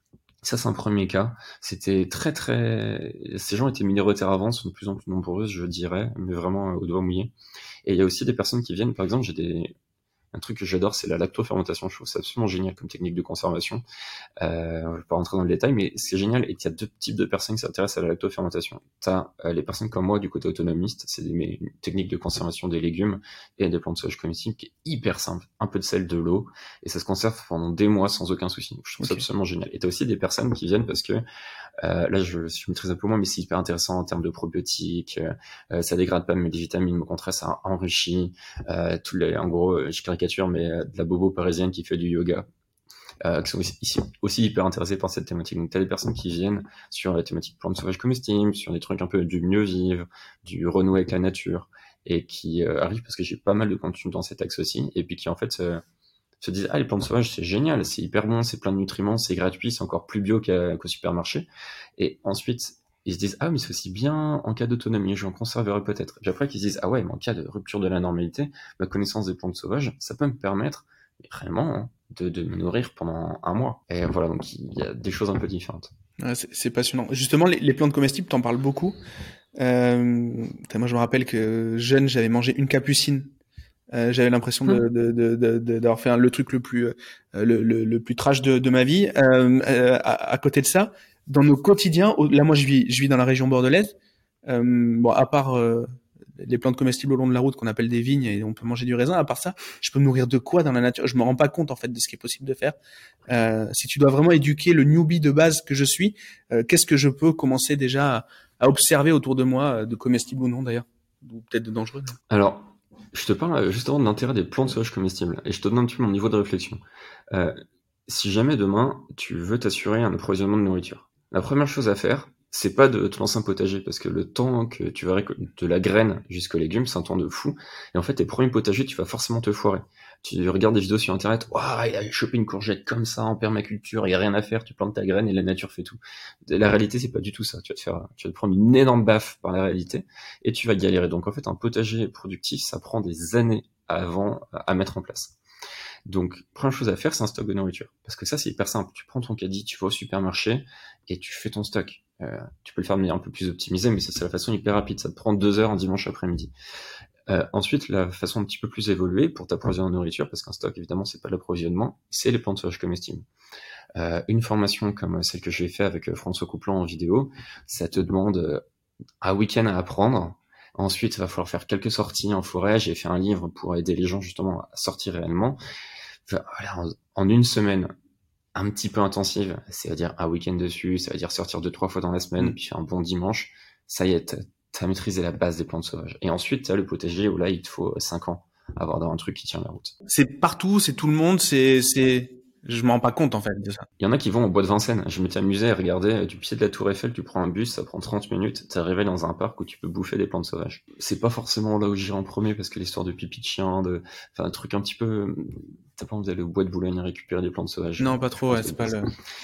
S1: Ça c'est un premier cas. C'était très très, ces gens étaient minoritaires avant, sont de plus en plus nombreuses, je dirais, mais vraiment euh, au doigt mouillé. Et il y a aussi des personnes qui viennent, par exemple, j'ai des un truc que j'adore, c'est la lactofermentation. Je trouve ça absolument génial comme technique de conservation. Euh, je vais pas rentrer dans le détail, mais c'est génial. Et il y a deux types de personnes qui s'intéressent à la lactofermentation. T'as euh, les personnes comme moi du côté autonomiste, c'est des techniques de conservation des légumes et des plantes sauvages comestibles qui est hyper simple. Un peu de sel, de l'eau, et ça se conserve pendant des mois sans aucun souci. Je trouve okay. ça absolument génial. Et t'as aussi des personnes qui viennent parce que Euh, là, je, je maîtrise un peu moins, mais c'est hyper intéressant en termes de probiotiques. Euh, ça dégrade pas mes vitamines, au contraire, ça enrichit. Euh, tous les, en gros, je caricature, mais euh, de la bobo parisienne qui fait du yoga, euh, qui sont aussi, ici, aussi hyper intéressés par cette thématique. Donc, t'as des personnes qui viennent sur la thématique plantes sauvages comestibles, sur des trucs un peu du mieux vivre, du renouer avec la nature, et qui euh, arrivent parce que j'ai pas mal de contenu dans cet axe aussi, et puis qui en fait euh, se disent ah les plantes sauvages c'est génial, c'est hyper bon, c'est plein de nutriments, c'est gratuit, c'est encore plus bio qu'à, qu'au supermarché. Et ensuite ils se disent ah mais c'est aussi bien en cas d'autonomie, j'en conserverai peut-être. Puis après qu'ils se disent ah ouais mais en cas de rupture de la normalité, ma connaissance des plantes sauvages ça peut me permettre vraiment hein, de, de me nourrir pendant un mois. Et voilà, donc il y a des choses un peu différentes.
S3: Ouais, c'est, c'est passionnant. Justement les, les plantes comestibles t'en parles beaucoup. Euh, moi je me rappelle que jeune j'avais mangé une capucine. Euh, j'avais l'impression de, de, de, de, de, d'avoir fait un, le truc le plus, euh, le, le, le plus trash de, de ma vie. Euh, euh, à, à côté de ça, dans nos quotidiens, là moi je vis, je vis dans la région bordelaise. Euh, bon, à part euh, les plantes comestibles au long de la route qu'on appelle des vignes et on peut manger du raisin. À part ça, je peux me nourrir de quoi dans la nature? Je me rends pas compte en fait de ce qui est possible de faire. Euh, si tu dois vraiment éduquer le newbie de base que je suis, euh, qu'est-ce que je peux commencer déjà à, à observer autour de moi, de comestibles ou non d'ailleurs, ou peut-être de dangereux d'ailleurs.
S1: Alors. Je te parle justement de l'intérêt des plantes sauvages comestibles et je te donne un petit peu mon niveau de réflexion. Euh, si jamais demain tu veux t'assurer un approvisionnement de nourriture, la première chose à faire, c'est pas de te lancer un potager parce que le temps que tu vas récolter de la graine jusqu'au légume, c'est un temps de fou. Et en fait, tes premiers potagers, tu vas forcément te foirer. Tu regardes des vidéos sur internet, waouh, il a chopé une courgette comme ça en permaculture, il y a rien à faire, tu plantes ta graine et la nature fait tout. La réalité, c'est pas du tout ça. Tu vas te faire, tu vas te prendre une énorme baffe par la réalité et tu vas galérer. Donc en fait, un potager productif, ça prend des années avant à mettre en place. Donc, première chose à faire, c'est un stock de nourriture. Parce que ça, c'est hyper simple. Tu prends ton caddie, tu vas au supermarché et tu fais ton stock. Euh, tu peux le faire de manière un peu plus optimisée, mais ça, c'est la façon hyper rapide. Ça te prend deux heures un dimanche après-midi. Euh, ensuite, la façon un petit peu plus évoluée pour t'approvisionner en nourriture, parce qu'un stock, évidemment, c'est pas l'approvisionnement, c'est les plantes sauvages comestibles. Euh, une formation comme celle que j'ai fait avec François Couplan en vidéo, ça te demande un week-end à apprendre. Ensuite, il va falloir faire quelques sorties en forêt. J'ai fait un livre pour aider les gens justement à sortir réellement. Voilà, en, en une semaine un petit peu intensive, c'est-à-dire un week-end dessus, ça veut dire sortir deux, trois fois dans la semaine, mmh. puis faire un bon dimanche, ça y est, t'as, t'as maîtrisé la base des plantes sauvages. Et ensuite, t'as le potager où là, il te faut cinq ans avoir dans un truc qui tient la route.
S3: C'est partout, c'est tout le monde, c'est... c'est... Je m'en rends pas compte en fait de ça.
S1: Il y en a qui vont au bois de Vincennes. Je m'étais amusé à regarder du pied de la Tour Eiffel, tu prends un bus, ça prend trente minutes, t'es arrivé dans un parc où tu peux bouffer des plantes sauvages. C'est pas forcément là où j'irai en premier parce que l'histoire de pipi de chien, de, enfin un truc un petit peu, t'as pas envie d'aller au bois de Boulogne récupérer des plantes sauvages.
S3: Non, pas trop, ouais, c'est pas le.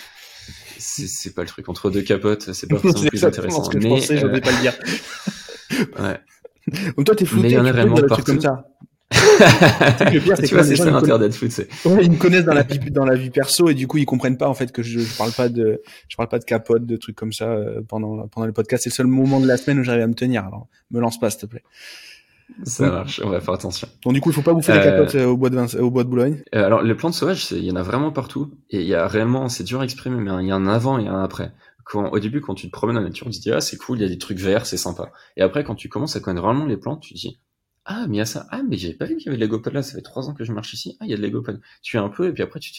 S1: C'est, c'est pas le truc entre deux capotes, c'est pas forcément le plus intéressant.
S3: Ce que
S1: mais
S3: je pensais, euh... je vais pas le dire.
S1: Ouais.
S3: Donc toi t'es flouté,
S1: mais il y en a réellement partout.
S3: Comme ça. Le pire, c'est
S1: tu vois, c'est ça l'intérêt d'être foot, c'est.
S3: Ouais, ils me connaissent dans la vie, dans la vie perso et du coup ils comprennent pas en fait que je, je parle pas de, je parle pas de capote, de trucs comme ça euh, pendant pendant le podcast. C'est le seul moment de la semaine où j'arrive à me tenir. Alors me lance pas s'il te plaît.
S1: Ça donc, marche, on va faire attention.
S3: Donc du coup il faut pas bouffer euh... les capotes euh, au bois de Vince, au bois de Boulogne.
S1: Euh, alors les plantes sauvages, il y en a vraiment partout et il y a réellement, c'est dur à exprimer, mais il y a un avant et un après. Quand, au début quand tu te promènes dans la nature, tu te dis ah c'est cool, il y a des trucs verts, c'est sympa. Et après quand tu commences à connaître vraiment les plantes, tu te dis ah, mais il y a ça. Ah, mais j'avais pas vu qu'il y avait de l'égopode là. Ça fait trois ans que je marche ici. Ah, il y a de l'égopode. Tu fais un peu, et puis après, tu te dis,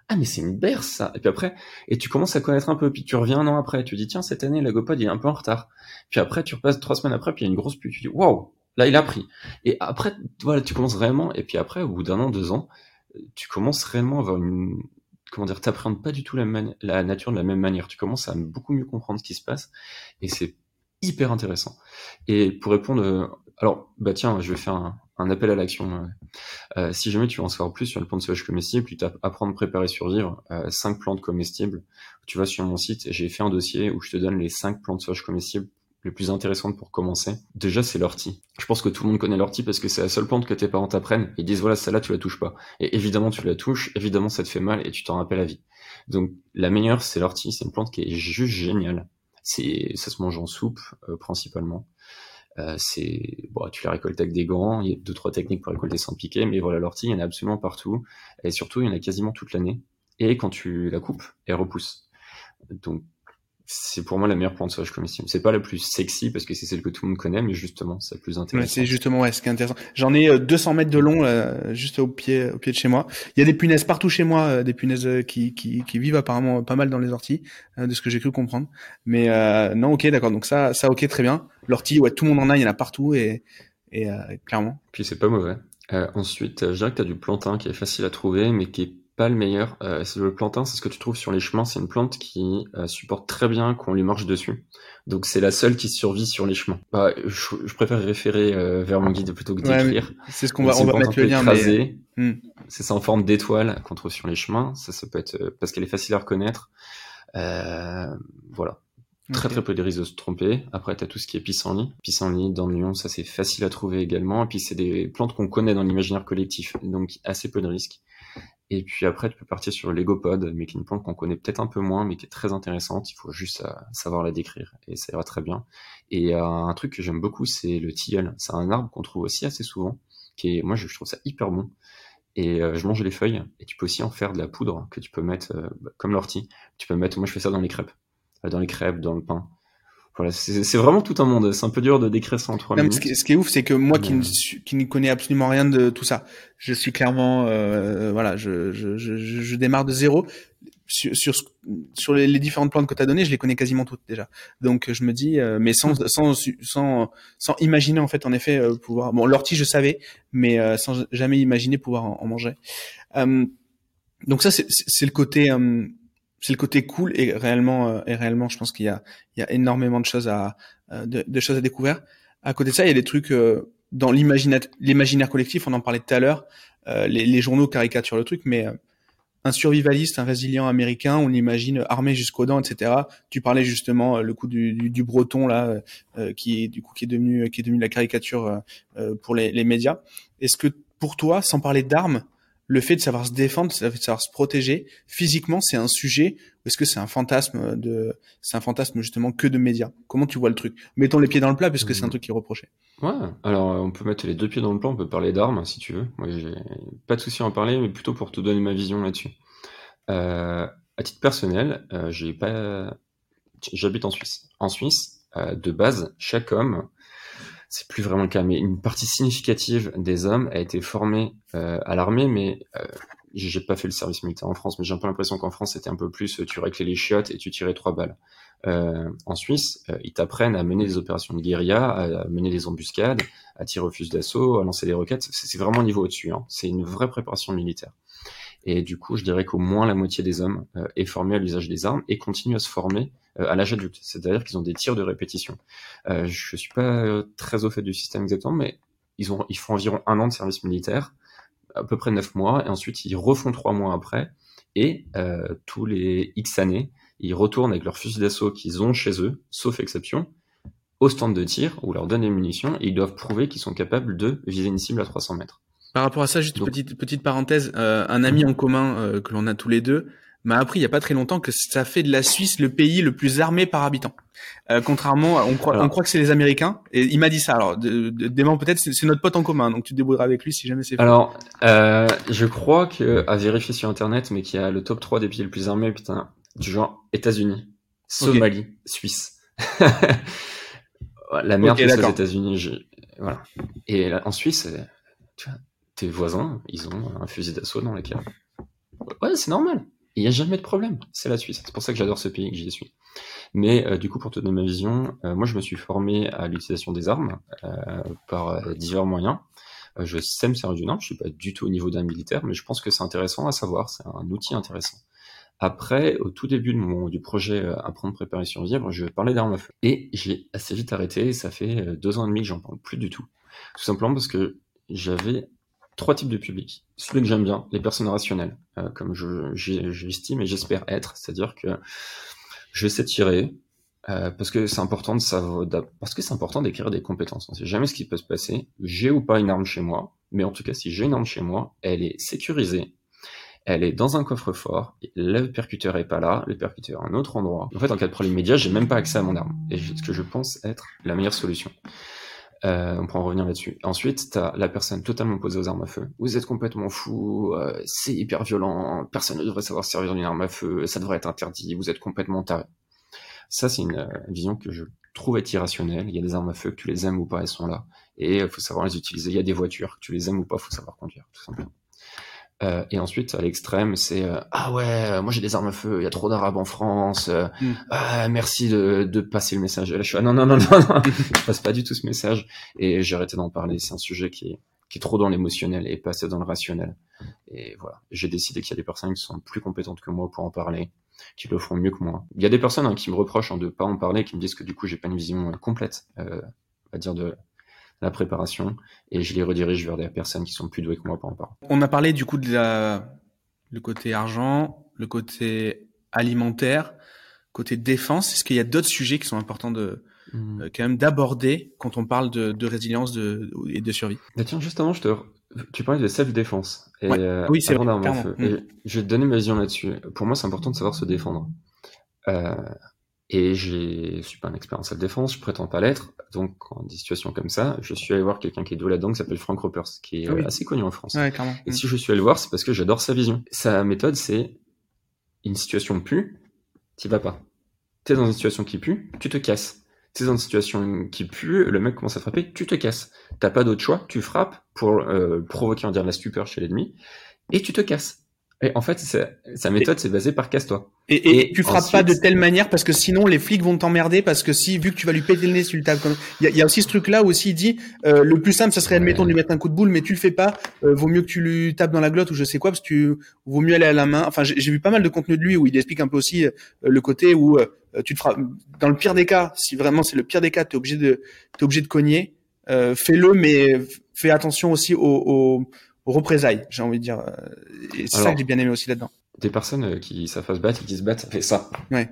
S1: ah mais c'est une berce ça. Et puis après, et tu commences à connaître un peu, puis tu reviens un an après, tu dis tiens cette année la GoPod il est un peu en retard. Puis après tu repasses trois semaines après, puis il y a une grosse pute, tu dis waouh, là il a pris. Et après voilà, tu commences vraiment, et puis après au bout d'un an, deux ans, tu commences réellement à avoir une, comment dire, t'appréhendes pas du tout la, man- la nature de la même manière. Tu commences à beaucoup mieux comprendre ce qui se passe, et c'est hyper intéressant. Et pour répondre, euh, alors bah tiens, je vais faire un, un appel à l'action. euh, euh, si jamais tu veux en savoir plus sur les plantes sauvages comestibles, tu tapes apprendre, préparer, survivre, euh, cinq plantes comestibles. Tu vas sur mon site, j'ai fait un dossier où je te donne les cinq plantes sauvages comestibles les plus intéressantes pour commencer. Déjà, c'est l'ortie. Je pense que tout le monde connaît l'ortie parce que c'est la seule plante que tes parents t'apprennent. Ils disent voilà, celle-là, tu la touches pas. Et évidemment, tu la touches, évidemment, ça te fait mal et tu t'en rappelles à vie. Donc, la meilleure, c'est l'ortie. C'est une plante qui est juste géniale. C'est, ça se mange en soupe, euh, principalement. Euh, c'est, bon, tu la récoltes avec des gants, il y a deux, trois techniques pour récolter sans piquer, mais voilà, l'ortie, il y en a absolument partout, et surtout, il y en a quasiment toute l'année, et quand tu la coupes, elle repousse. Donc, c'est pour moi la meilleure plante sauvage comestible. C'est pas la plus sexy, parce que c'est celle que tout le monde connaît, mais justement, c'est la plus
S3: Ouais,
S1: intéressante.
S3: c'est justement ouais, ce qui est intéressant. J'en ai euh, deux cents mètres de long, euh, juste au pied, au pied de chez moi. Il y a des punaises partout chez moi, euh, des punaises euh, qui, qui, qui vivent apparemment pas mal dans les orties, euh, de ce que j'ai cru comprendre. Mais euh, non, ok, d'accord. Donc ça, ça, ok, très bien. L'ortie, ouais, tout le monde en a, il y en a partout et, et euh, clairement.
S1: Puis c'est pas mauvais. Euh, ensuite, euh, je dirais que t'as du plantain qui est facile à trouver, mais qui est pas le meilleur. Euh, c'est le plantain, c'est ce que tu trouves sur les chemins. C'est une plante qui euh, supporte très bien qu'on lui marche dessus. Donc c'est la seule qui survit sur les chemins. Bah, je, je préfère référer euh, vers mon guide plutôt que
S3: Ouais,
S1: d'écrire.
S3: c'est ce qu'on
S1: Donc
S3: va,
S1: c'est
S3: on
S1: une
S3: va
S1: plante un
S3: mettre
S1: peu
S3: le lien,
S1: écrasée.
S3: mais. Hmm.
S1: C'est ça en forme d'étoile qu'on trouve sur les chemins. Ça, ça peut être euh, parce qu'elle est facile à reconnaître. Euh, voilà. Très
S3: Okay.
S1: très peu de risques de se tromper. Après, t'as tout ce qui est pissenlit. Pissenlit, dandelion, ça c'est facile à trouver également. Et puis c'est des plantes qu'on connaît dans l'imaginaire collectif, donc assez peu de risques. Et puis après, tu peux partir sur l'égopode, mais qui est une plante qu'on connaît peut-être un peu moins, mais qui est très intéressante. Il faut juste euh, savoir la décrire, et ça ira très bien. Et euh, un truc que j'aime beaucoup, c'est le tilleul. C'est un arbre qu'on trouve aussi assez souvent, qui est, moi je trouve ça hyper bon. Et euh, je mange les feuilles, et tu peux aussi en faire de la poudre que tu peux mettre, euh, bah, comme l'ortie. Tu peux mettre, moi je fais ça dans les crêpes, euh, dans les crêpes, dans le pain. Voilà, c'est, c'est vraiment tout un monde. C'est un peu dur de décrire ça en trois
S3: Non,
S1: minutes.
S3: ce, qui, ce qui est ouf, c'est que moi,
S1: mais...
S3: qui ne suis, qui ne connais absolument rien de tout ça, je suis clairement, euh, voilà, je, je, je, je démarre de zéro. Sur, sur, sur les, les différentes plantes que tu as données, je les connais quasiment toutes déjà. Donc je me dis, euh, mais sans, sans, sans, sans imaginer en fait, en effet, euh, pouvoir. Bon, l'ortie, je savais, mais euh, sans jamais imaginer pouvoir en, en manger. Euh, donc ça, c'est, c'est le côté. Euh, c'est le côté cool et réellement euh, et réellement je pense qu'il y a il y a énormément de choses à euh, de, de choses à découvrir. À côté de ça, il y a des trucs euh, dans l'imaginaire l'imaginaire collectif, on en parlait tout à l'heure, euh, les, les journaux caricaturent le truc, mais euh, un survivaliste, un résilient américain, on l'imagine armé jusqu'aux dents, et cetera. Tu parlais justement euh, le coup du, du, du breton là euh, qui est du coup qui est devenu qui est devenu la caricature euh, pour les, les médias. Est-ce que pour toi, sans parler d'armes, le fait de savoir se défendre, le fait de savoir se protéger physiquement, c'est un sujet ou est-ce que c'est un fantasme de, c'est un fantasme justement que de médias? Comment tu vois le truc? Mettons les pieds dans le plat parce que mmh. c'est un truc qui est reproché.
S1: Ouais, alors on peut mettre les deux pieds dans le plat, on peut parler d'armes si tu veux. Moi j'ai pas de souci à en parler, mais plutôt pour te donner ma vision là-dessus. Euh, à titre personnel, euh, j'ai pas, j'habite en Suisse. En Suisse, euh, de base, chaque homme, c'est plus vraiment le cas, mais une partie significative des hommes a été formée euh, à l'armée, mais euh, j'ai pas fait le service militaire en France, mais j'ai un peu l'impression qu'en France c'était un peu plus, tu raclais les chiottes et tu tirais trois balles. Euh, en Suisse, euh, ils t'apprennent à mener des opérations de guérilla, à, à mener des embuscades, à tirer au fusil d'assaut, à lancer des roquettes. C'est, c'est vraiment un niveau au-dessus. Hein. C'est une vraie préparation militaire. Et du coup, je dirais qu'au moins la moitié des hommes euh, est formée à l'usage des armes et continue à se former euh, à l'âge adulte. C'est-à-dire qu'ils ont des tirs de répétition. Euh, je suis pas très au fait du système exactement, mais ils ont, ils font environ un an de service militaire, à peu près neuf mois, et ensuite ils refont trois mois après, et euh, tous les X années, ils retournent avec leur fusil d'assaut qu'ils ont chez eux, sauf exception, au stand de tir, où on leur donne des munitions, et ils doivent prouver qu'ils sont capables de viser une cible à trois cents mètres.
S3: Par rapport à ça, juste Donc, petite petite parenthèse, euh, un ami en commun euh, que l'on a tous les deux m'a appris il y a pas très longtemps que ça fait de la Suisse le pays le plus armé par habitant. Euh, contrairement, on croit alors, on croit que c'est les Américains, et il m'a dit ça. Alors, de, de, dément peut-être, c'est, c'est notre pote en commun, donc tu te débrouilleras avec lui si jamais c'est faux.
S1: Alors, euh, je crois que à vérifier sur internet, mais qu'il y a le top trois des pays les plus armés, putain, du genre États-Unis, Somalie, okay. Suisse. La merde okay, plus aux États-Unis, je... voilà. Et là, en Suisse, tu vois, tes voisins, ils ont un fusil d'assaut dans la cave. Ouais, c'est normal. il n'y a jamais de problème. C'est la Suisse. C'est pour ça que j'adore ce pays et que j'y suis. Mais euh, du coup, pour te donner ma vision, euh, moi je me suis formé à l'utilisation des armes euh, par euh, divers moyens. Euh, je sais me servir d'une arme, je suis pas du tout au niveau d'un militaire, mais je pense que c'est intéressant à savoir, c'est un outil intéressant. Après, au tout début de mon, du projet euh, Apprendre, préparer, survivre, je parlais d'armes à feu. Et j'ai assez vite arrêté, et ça fait euh, deux ans et demi que j'en parle plus du tout. Tout simplement parce que j'avais trois types de publics. Celui que j'aime bien, les personnes rationnelles, euh, comme je, j'ai, j'estime et j'espère être, c'est-à-dire que je sais tirer, euh, parce que c'est important de savoir, parce que c'est important d'acquérir des compétences. On sait jamais ce qui peut se passer. J'ai ou pas une arme chez moi, mais en tout cas, si j'ai une arme chez moi, elle est sécurisée, elle est dans un coffre-fort, le percuteur est pas là, le percuteur est à un autre endroit. En fait, en cas de problème immédiat, j'ai même pas accès à mon arme, et ce que je pense être la meilleure solution. Euh, on pourra en revenir là-dessus. Ensuite, t'as la personne totalement opposée aux armes à feu. Vous êtes complètement fou, euh, c'est hyper violent, personne ne devrait savoir se servir d'une arme à feu, ça devrait être interdit, vous êtes complètement taré. Ça, c'est une euh, vision que je trouve être irrationnelle. Il y a des armes à feu, que tu les aimes ou pas, elles sont là. Et il faut savoir les utiliser. Il y a des voitures, que tu les aimes ou pas, il faut savoir conduire, tout simplement. Euh, et ensuite, à l'extrême, c'est euh, ah ouais, moi j'ai des armes à feu, il y a trop d'Arabes en France, euh, mm. ah, merci de, de passer le message. Et là, je suis ah, non, non, non, non, non, je passe pas du tout ce message. Et j'ai arrêté d'en parler. C'est un sujet qui est, qui est trop dans l'émotionnel et pas assez dans le rationnel. Et voilà, j'ai décidé qu'il y a des personnes qui sont plus compétentes que moi pour en parler, qui le feront mieux que moi. Il y a des personnes hein, qui me reprochent hein, de pas en parler, qui me disent que du coup, j'ai pas une vision euh, complète, euh, on va dire de la préparation, et je les redirige vers des personnes qui sont plus douées que moi pour en parler.
S3: On a parlé du coup de la, le côté argent, le côté alimentaire, côté défense. Est-ce qu'il y a d'autres sujets qui sont importants de mmh. euh, quand même d'aborder quand on parle de, de résilience de, et de survie?
S1: Bah tiens, justement, je te, tu parlais de self-défense. Et
S3: ouais.
S1: euh,
S3: oui, c'est vrai.
S1: Feu. Mmh. Et je vais te donner ma vision là-dessus. Pour moi, c'est important de savoir se défendre. Euh, Et je suis pas un expert en self-défense, je prétends pas l'être, donc en des situations comme ça, je suis allé voir quelqu'un qui est doué là-dedans, qui s'appelle Frank Ropers, qui est oui. assez connu en France.
S3: Ouais,
S1: et mmh. si je suis allé le voir, c'est parce que j'adore sa vision. Sa méthode, c'est une situation pue, t'y vas pas. T'es dans une situation qui pue, tu te casses. T'es dans une situation qui pue, le mec commence à frapper, tu te casses. T'as pas d'autre choix, tu frappes pour euh, provoquer, on dirait, la stupeur chez l'ennemi, et tu te casses. Et en fait, sa méthode, c'est basé par casse-toi.
S3: Et, et, et tu frappes ensuite... pas de telle manière parce que sinon les flics vont t'emmerder parce que si, vu que tu vas lui péter le nez sur le table, il y a, y a aussi ce truc-là où aussi il dit, euh, le plus simple, ça serait, admettons, ouais. de lui mettre un coup de boule, mais tu le fais pas, euh, vaut mieux que tu lui tapes dans la glotte ou je sais quoi, parce que tu, vaut mieux aller à la main. Enfin, j'ai, j'ai vu pas mal de contenu de lui où il explique un peu aussi euh, le côté où euh, tu te frappes. Dans le pire des cas, si vraiment c'est le pire des cas, t'es obligé de, t'es obligé de cogner, euh, fais-le, mais fais attention aussi au, au aux représailles, j'ai envie de dire. Et c'est Alors, ça que j'ai bien aimé aussi là-dedans.
S1: Des personnes qui savent pas se battre et qui se battent, ça fait ça.
S3: Ouais.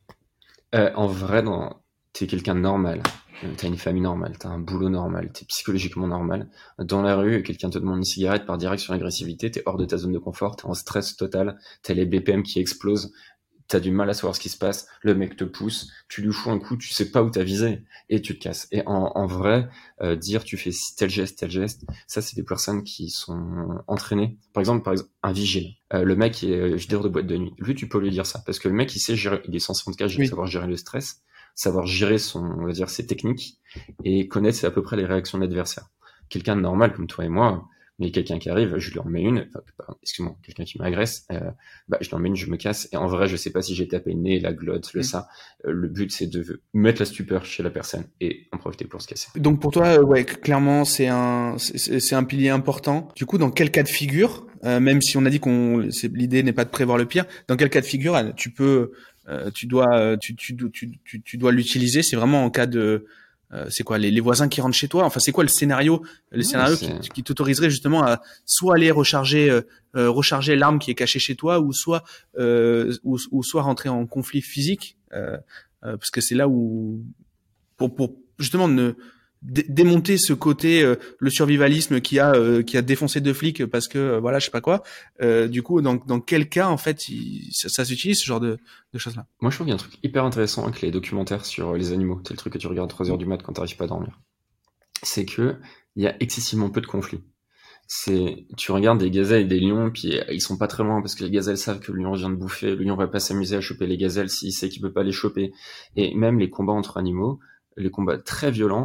S1: Euh, en vrai, dans... t'es quelqu'un de normal. T'as une famille normale, t'as un boulot normal, t'es psychologiquement normal. Dans la rue, quelqu'un te demande une cigarette par direct sur l'agressivité, t'es hors de ta zone de confort, t'es en stress total, t'as les B P M qui explosent, t'as du mal à savoir ce qui se passe, le mec te pousse, tu lui fous un coup, tu sais pas où t'as visé, et tu te casses. Et en, en vrai, euh, dire tu fais tel geste, tel geste, ça c'est des personnes qui sont entraînées. Par exemple, par exemple, un vigile. Euh, le mec est euh, videur de boîte de nuit. Lui, tu peux lui dire ça, parce que le mec, il sait gérer, il est cent cinquante cas, oui. savoir gérer le stress, savoir gérer son, on va dire, ses techniques, et connaître à peu près les réactions de l'adversaire. Quelqu'un de normal comme toi et moi, mais quelqu'un qui arrive, je lui en mets une, enfin, excuse-moi, quelqu'un qui m'agresse, euh, bah, je lui en mets une, je me casse, et en vrai, je sais pas si j'ai tapé le nez, la glotte, le mmh. ça, euh, le but, c'est de mettre la stupeur chez la personne, et en profiter pour se casser.
S3: Donc, pour toi, ouais, clairement, c'est un, c'est, c'est un pilier important. Du coup, dans quel cas de figure, euh, même si on a dit qu'on, c'est, l'idée n'est pas de prévoir le pire, dans quel cas de figure, tu peux, euh, tu dois, tu, tu, tu, tu, tu dois l'utiliser, c'est vraiment en cas de, Euh, c'est quoi les, les voisins qui rentrent chez toi? Enfin, c'est quoi le scénario, le ouais, scénario qui, qui t'autoriserait justement à soit aller recharger, euh, euh, recharger l'arme qui est cachée chez toi, ou soit, euh, ou, ou soit rentrer en conflit physique, euh, euh, parce que c'est là où, pour, pour justement ne dé- démonter ce côté, euh, le survivalisme qui a, euh, qui a défoncé deux flics parce que euh, voilà, je sais pas quoi. Euh, du coup, dans, dans quel cas en fait, il, ça, ça s'utilise ce genre de de choses-là?
S1: Moi, je trouve qu'il y a un truc hyper intéressant avec les documentaires sur les animaux. C'est le truc que tu regardes à trois heures du mat quand t'arrives pas à dormir. C'est que il y a excessivement peu de conflits. C'est, tu regardes des gazelles et des lions, puis ils sont pas très loin parce que les gazelles savent que le lion vient de bouffer. Le lion va pas s'amuser à choper les gazelles s'il sait qu'il peut pas les choper. Et même les combats entre animaux, les combats très violents,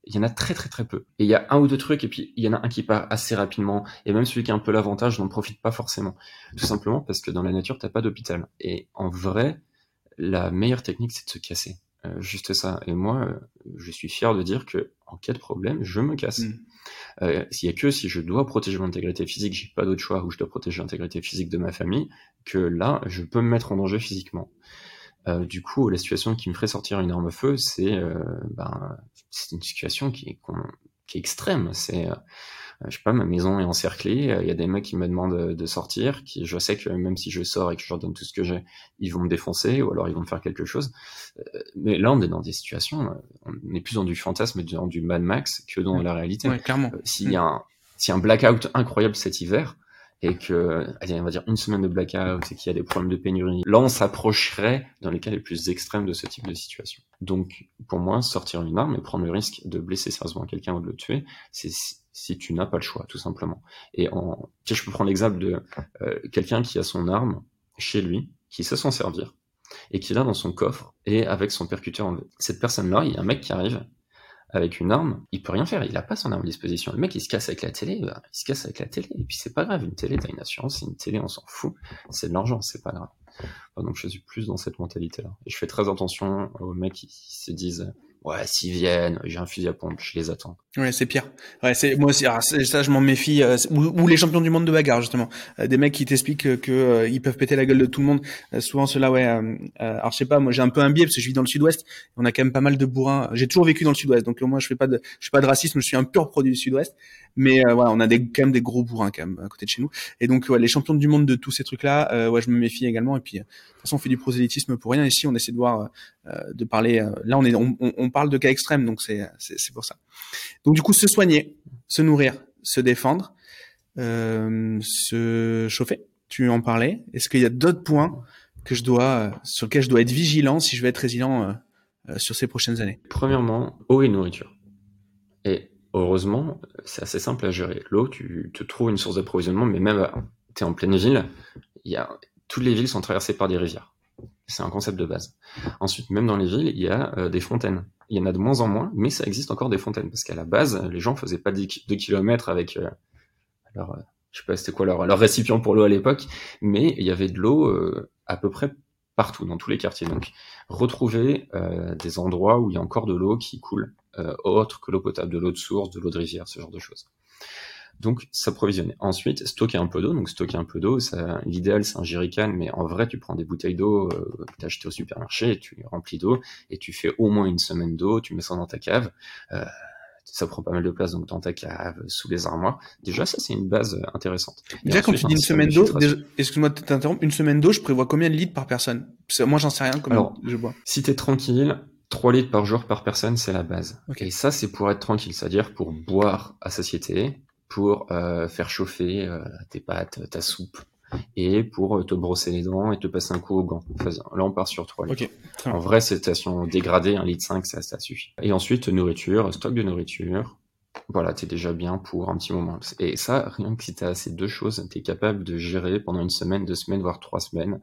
S1: il y en a très très très peu. Et il y a un ou deux trucs, et puis il y en a un qui part assez rapidement, et même celui qui a un peu l'avantage n'en profite pas forcément. Tout simplement parce que dans la nature, t'as pas d'hôpital. Et en vrai, la meilleure technique, c'est de se casser. Euh, juste ça. Et moi, euh, je suis fier de dire que en cas de problème, je me casse. Mmh. Euh, s'il y a que si je dois protéger mon intégrité physique, j'ai pas d'autre choix, ou je dois protéger l'intégrité physique de ma famille, que là, je peux me mettre en danger physiquement. Euh, du coup, la situation qui me ferait sortir une arme à feu, c'est, euh, ben, c'est une situation qui est, qui est extrême. C'est, euh, je sais pas, ma maison est encerclée, il euh, y a des mecs qui me demandent de sortir, qui, je sais que même si je sors et que je leur donne tout ce que j'ai, ils vont me défoncer, ou alors ils vont me faire quelque chose. Euh, mais là, on est dans des situations, on est plus dans du fantasme, dans du Mad Max que dans
S3: ouais.
S1: la réalité.
S3: Ouais, clairement.
S1: Euh, s'il y a un, s'il y a un blackout incroyable cet hiver, et que, allez, on va dire une semaine de blackout, et qu'il y a des problèmes de pénurie, là, on s'approcherait dans les cas les plus extrêmes de ce type de situation. Donc, pour moi, sortir une arme et prendre le risque de blesser sérieusement quelqu'un ou de le tuer, c'est si, si tu n'as pas le choix, tout simplement. Et en, tu sais, je peux prendre l'exemple de euh, quelqu'un qui a son arme chez lui, qui sait s'en servir, et qui l'a dans son coffre, et avec son percuteur enlevé. Cette personne-là, il y a un mec qui arrive, avec une arme, il peut rien faire, il a pas son arme à disposition. Le mec, il se casse avec la télé, bah, il se casse avec la télé, et puis c'est pas grave, une télé, t'as une assurance, c'est une télé, on s'en fout, c'est de l'argent, c'est pas grave. Enfin, donc je suis plus dans cette mentalité-là. Et je fais très attention aux mecs qui, qui se disent, ouais, s'ils viennent, j'ai un fusil à pompe, je les attends.
S3: Ouais, c'est pire. Ouais, c'est moi aussi. Alors, c'est, ça, je m'en méfie. Euh, ou, ou les champions du monde de bagarre, justement, euh, des mecs qui t'expliquent que, que euh, ils peuvent péter la gueule de tout le monde. Euh, souvent, ceux-là, ouais. Euh, euh, alors, je sais pas. Moi, j'ai un peu un biais parce que je vis dans le Sud-Ouest. On a quand même pas mal de bourrins. J'ai toujours vécu dans le Sud-Ouest, donc moi, je fais pas de, je fais pas de racisme. Je suis un pur produit du Sud-Ouest. Mais euh, voilà, on a des, quand même des gros bourrins quand même à côté de chez nous. Et donc, ouais, les champions du monde de tous ces trucs-là, euh, ouais, je me méfie également. Et puis, euh, de toute façon, on fait du prosélytisme pour rien. Ici, on essaie de voir, euh, de parler. Euh, là, on est, on, on parle de cas extrêmes, donc c'est, c'est, c'est pour ça. Donc, du coup, se soigner, se nourrir, se défendre, euh, se chauffer. Tu en parlais. Est-ce qu'il y a d'autres points que je dois, euh, sur lesquels je dois être vigilant si je veux être résilient euh, euh, sur ces prochaines années?
S1: Premièrement, eau et nourriture. Et heureusement, c'est assez simple à gérer. L'eau, tu te trouves une source d'approvisionnement, mais même, tu es en pleine ville, il y a, toutes les villes sont traversées par des rivières. C'est un concept de base. Ensuite, même dans les villes, il y a euh, des fontaines. Il y en a de moins en moins, mais ça existe encore des fontaines. Parce qu'à la base, les gens faisaient pas deux kilomètres avec euh, leur, euh, je sais pas c'était quoi leur, leur récipient pour l'eau à l'époque, mais il y avait de l'eau euh, à peu près partout, dans tous les quartiers. Donc, retrouver euh, des endroits où il y a encore de l'eau qui coule, euh, autre que l'eau potable, de l'eau de source, de l'eau de rivière, ce genre de choses. Donc, s'approvisionner. Ensuite, stocker un peu d'eau. Donc, stocker un peu d'eau, ça, l'idéal, c'est un jerrycan, mais en vrai, tu prends des bouteilles d'eau euh, que tu as achetées au supermarché, et tu les remplis d'eau, et tu fais au moins une semaine d'eau, tu mets ça dans ta cave. Euh, ça prend pas mal de place, donc dans ta cave, sous les armoires. Déjà, ça, c'est une base intéressante. Et
S3: déjà,
S1: ensuite,
S3: quand tu dis une semaine d'eau, déjà, excuse-moi de t'interrompre, une semaine d'eau, je prévois combien de litres par personne? Parce que moi, j'en sais rien, combien
S1: Alors,
S3: je bois.
S1: Si t'es tranquille, trois litres par jour par personne, c'est la base. Okay. Et ça, c'est pour être tranquille, c'est-à-dire pour boire à satiété, pour euh, faire chauffer euh, tes pâtes, ta soupe, et pour te brosser les dents et te passer un coup au gant. Enfin, là, on part sur trois litres. Okay. En vrai, c'est station dégradée, un litre cinq, ça, ça suffit. Et ensuite, nourriture, stock de nourriture. Voilà, t'es déjà bien pour un petit moment. Et ça, rien que si t'as ces deux choses, t'es capable de gérer pendant une semaine, deux semaines, voire trois semaines,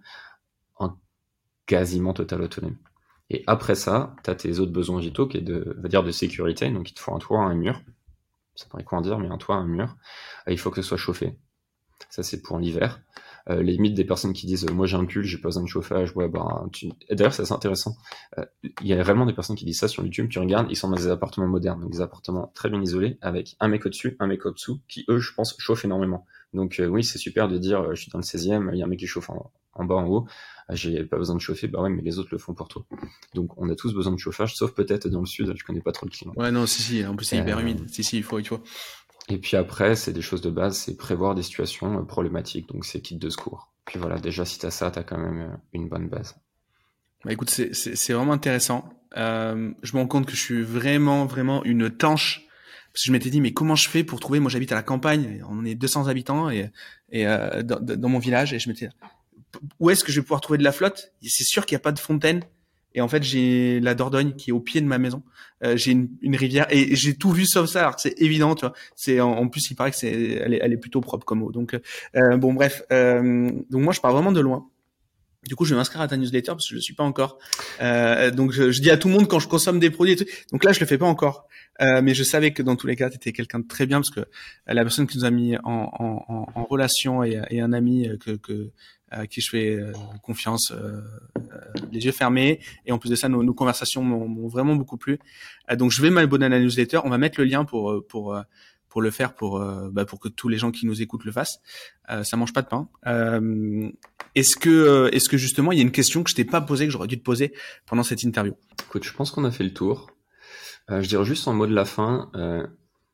S1: en quasiment totale autonomie. Et après ça, t'as tes autres besoins vitaux, qui est de, on va dire, de sécurité. Donc, il te faut un toit, un mur. Ça paraît quoi en dire, mais un toit, un mur. Il faut que ce soit chauffé. Ça, c'est pour l'hiver. Euh, les mythes des personnes qui disent euh, moi j'ai un pull, j'ai pas besoin de chauffage. Ouais, bah, tu... Et d'ailleurs, c'est assez intéressant. Il euh, y a vraiment des personnes qui disent ça sur YouTube. Tu regardes, ils sont dans des appartements modernes, donc des appartements très bien isolés, avec un mec au-dessus, un mec au-dessous, qui eux, je pense, chauffent énormément. Donc euh, oui, c'est super de dire euh, je suis dans le seizième, il y a un mec qui chauffe en, en bas, en haut. Euh, j'ai pas besoin de chauffer. Bah ouais, mais les autres le font pour toi. Donc on a tous besoin de chauffage, sauf peut-être dans le sud. Je connais pas trop le climat.
S3: Ouais, non, si, si. En plus, c'est euh... hyper humide. Si, si, il faut, il faut.
S1: Et puis après, c'est des choses de base, c'est prévoir des situations euh, problématiques, donc c'est kit de secours. Puis voilà, déjà si t'as ça, t'as quand même euh, une bonne base.
S3: Bah écoute, c'est, c'est, c'est vraiment intéressant. Euh, je me rends compte que je suis vraiment, vraiment une tanche. Parce que je m'étais dit, mais comment je fais pour trouver, moi j'habite à la campagne, on est deux cents habitants et, et euh, dans, dans mon village, et je m'étais dit, où est-ce que je vais pouvoir trouver de la flotte? Et c'est sûr qu'il n'y a pas de fontaine. Et en fait, j'ai la Dordogne qui est au pied de ma maison. Euh, j'ai une, une rivière et j'ai tout vu sauf ça. Alors que c'est évident, tu vois. C'est en, en plus, il paraît que c'est, elle est, elle est plutôt propre comme eau. Donc euh, bon, bref. Euh, donc moi, je pars vraiment de loin. Du coup, je vais m'inscrire à ta newsletter parce que je le suis pas encore. Euh, donc, je, je dis à tout le monde quand je consomme des produits et tout. Donc là, je le fais pas encore. Euh, mais je savais que dans tous les cas, tu étais quelqu'un de très bien parce que la personne qui nous a mis en, en, en, en relation et, et un ami que, que à qui je fais euh, confiance, euh, euh, les yeux fermés. Et en plus de ça, nos, nos conversations m'ont, m'ont vraiment beaucoup plu. Euh, donc, je vais m'abonner à la newsletter. On va mettre le lien pour pour pour le faire, pour euh, bah, pour que tous les gens qui nous écoutent le fassent. Euh, ça mange pas de pain. Euh, est-ce que euh, est-ce que justement, il y a une question que je t'ai pas posée que j'aurais dû te poser pendant cette interview?
S1: Écoute, je pense qu'on a fait le tour. Euh, je dirais juste en mot de la fin, euh,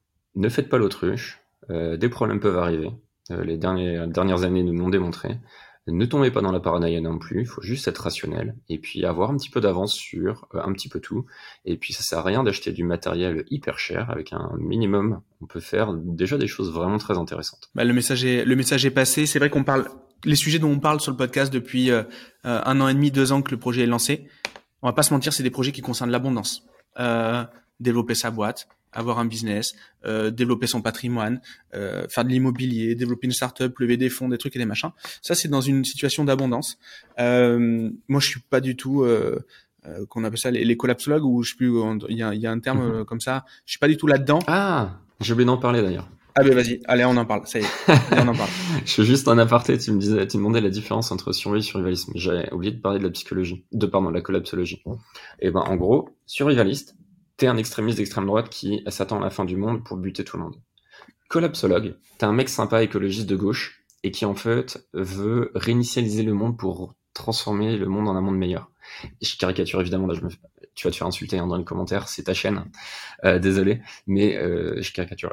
S1: ne faites pas l'autruche. Euh, des problèmes peuvent arriver. Euh, les dernières dernières années nous l'ont démontré. Ne tombez pas dans la paranoïa non plus, il faut juste être rationnel et puis avoir un petit peu d'avance sur euh, un petit peu tout. Et puis ça sert à rien d'acheter du matériel hyper cher, avec un minimum, on peut faire déjà des choses vraiment très intéressantes.
S3: Bah, le message est le message est passé. C'est vrai qu'on parle les sujets dont on parle sur le podcast depuis euh, un an et demi, deux ans que le projet est lancé. On va pas se mentir, c'est des projets qui concernent l'abondance. Euh, développer sa boîte, avoir un business, euh, développer son patrimoine, euh, faire de l'immobilier, développer une start-up, lever des fonds, des trucs et des machins. Ça, c'est dans une situation d'abondance. Euh, moi, je suis pas du tout, euh, euh, qu'on appelle ça les, les collapsologues, ou je sais plus, il y a, il y a un terme euh, comme ça. Je suis pas du tout là-dedans.
S1: Ah, j'ai oublié d'en parler d'ailleurs.
S3: Ah ben vas-y, allez, on en parle. Ça y est, allez, on en parle.
S1: Je fais juste un aparté. Tu me disais, tu me demandais la différence entre survie et survivalisme. J'avais oublié de parler de la psychologie, de pardon, de la collapsologie. Et ben, en gros, survivaliste, t'es un extrémiste d'extrême droite qui s'attend à la fin du monde pour buter tout le monde. Collapsologue, t'es un mec sympa écologiste de gauche et qui en fait veut réinitialiser le monde pour transformer le monde en un monde meilleur. Et je caricature évidemment, là je me fais... tu vas te faire insulter hein, dans les commentaires, c'est ta chaîne, euh, désolé, mais euh, je caricature.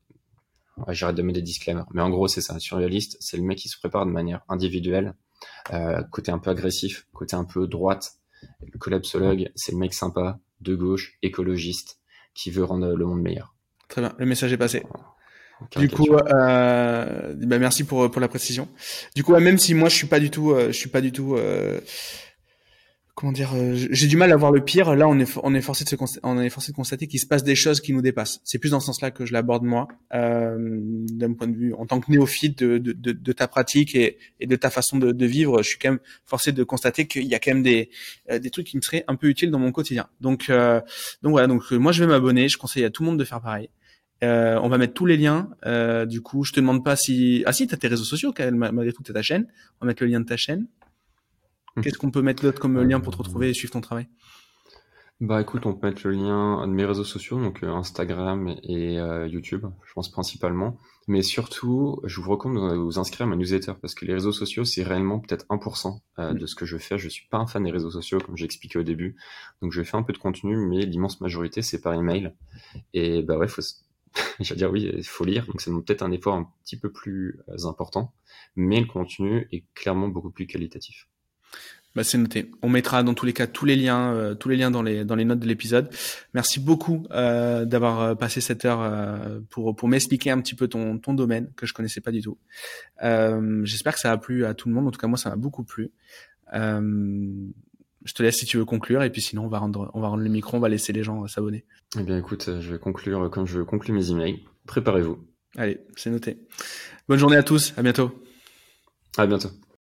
S1: Ouais, j'arrête de mettre des disclaimers. Mais en gros, c'est ça. Survivaliste, c'est le mec qui se prépare de manière individuelle, euh, côté un peu agressif, côté un peu droite. Le collapsologue, c'est le mec sympa, de gauche, écologiste, qui veut rendre le monde meilleur.
S3: Très bien, le message est passé. Du coup, euh, bah merci pour pour la précision. Du coup, même si moi je suis pas du tout, euh, je suis pas du tout, euh, comment dire, euh, j'ai du mal à voir le pire. Là, on est on est forcé de se constater, on est forcé de constater qu'il se passe des choses qui nous dépassent. C'est plus dans ce sens-là que je l'aborde moi, euh, d'un point de vue en tant que néophyte de de de, de ta pratique et et de ta façon de, de vivre. Je suis quand même forcé de constater qu'il y a quand même des euh, des trucs qui me seraient un peu utiles dans mon quotidien. Donc euh, donc voilà. Donc euh, moi, je vais m'abonner. Je conseille à tout le monde de faire pareil. Euh, on va mettre tous les liens. Euh, du coup, je te demande pas si... Ah si, t'as tes réseaux sociaux, quand même, malgré tout, t'as ta chaîne. On va mettre le lien de ta chaîne. Qu'est-ce qu'on peut mettre d'autre comme lien pour te retrouver et suivre ton travail?
S1: Bah écoute, on peut mettre le lien de mes réseaux sociaux, donc euh, Instagram et euh, YouTube, je pense principalement. Mais surtout, je vous recommande de vous inscrire à ma newsletter, parce que les réseaux sociaux, c'est réellement peut-être un pour cent euh, de ce que je fais. Je suis pas un fan des réseaux sociaux, comme j'ai expliqué au début. Donc je fais un peu de contenu, mais l'immense majorité, c'est par email. Et bah ouais, faut... j'allais dire oui, il faut lire, donc c'est peut-être un effort un petit peu plus euh, important, mais le contenu est clairement beaucoup plus qualitatif.
S3: Bah c'est noté. On mettra dans tous les cas tous les liens, euh, tous les liens dans les dans les notes de l'épisode. Merci beaucoup euh, d'avoir passé cette heure euh, pour pour m'expliquer un petit peu ton ton domaine que je connaissais pas du tout. Euh, j'espère que ça a plu à tout le monde. En tout cas moi ça m'a beaucoup plu. Euh, je te laisse si tu veux conclure et puis sinon on va rendre on va rendre le micro, on va laisser les gens s'abonner.
S1: Eh bien écoute, je vais conclure comme je conclue mes emails. Préparez-vous.
S3: Allez, c'est noté. Bonne journée à tous. À bientôt.
S1: À bientôt.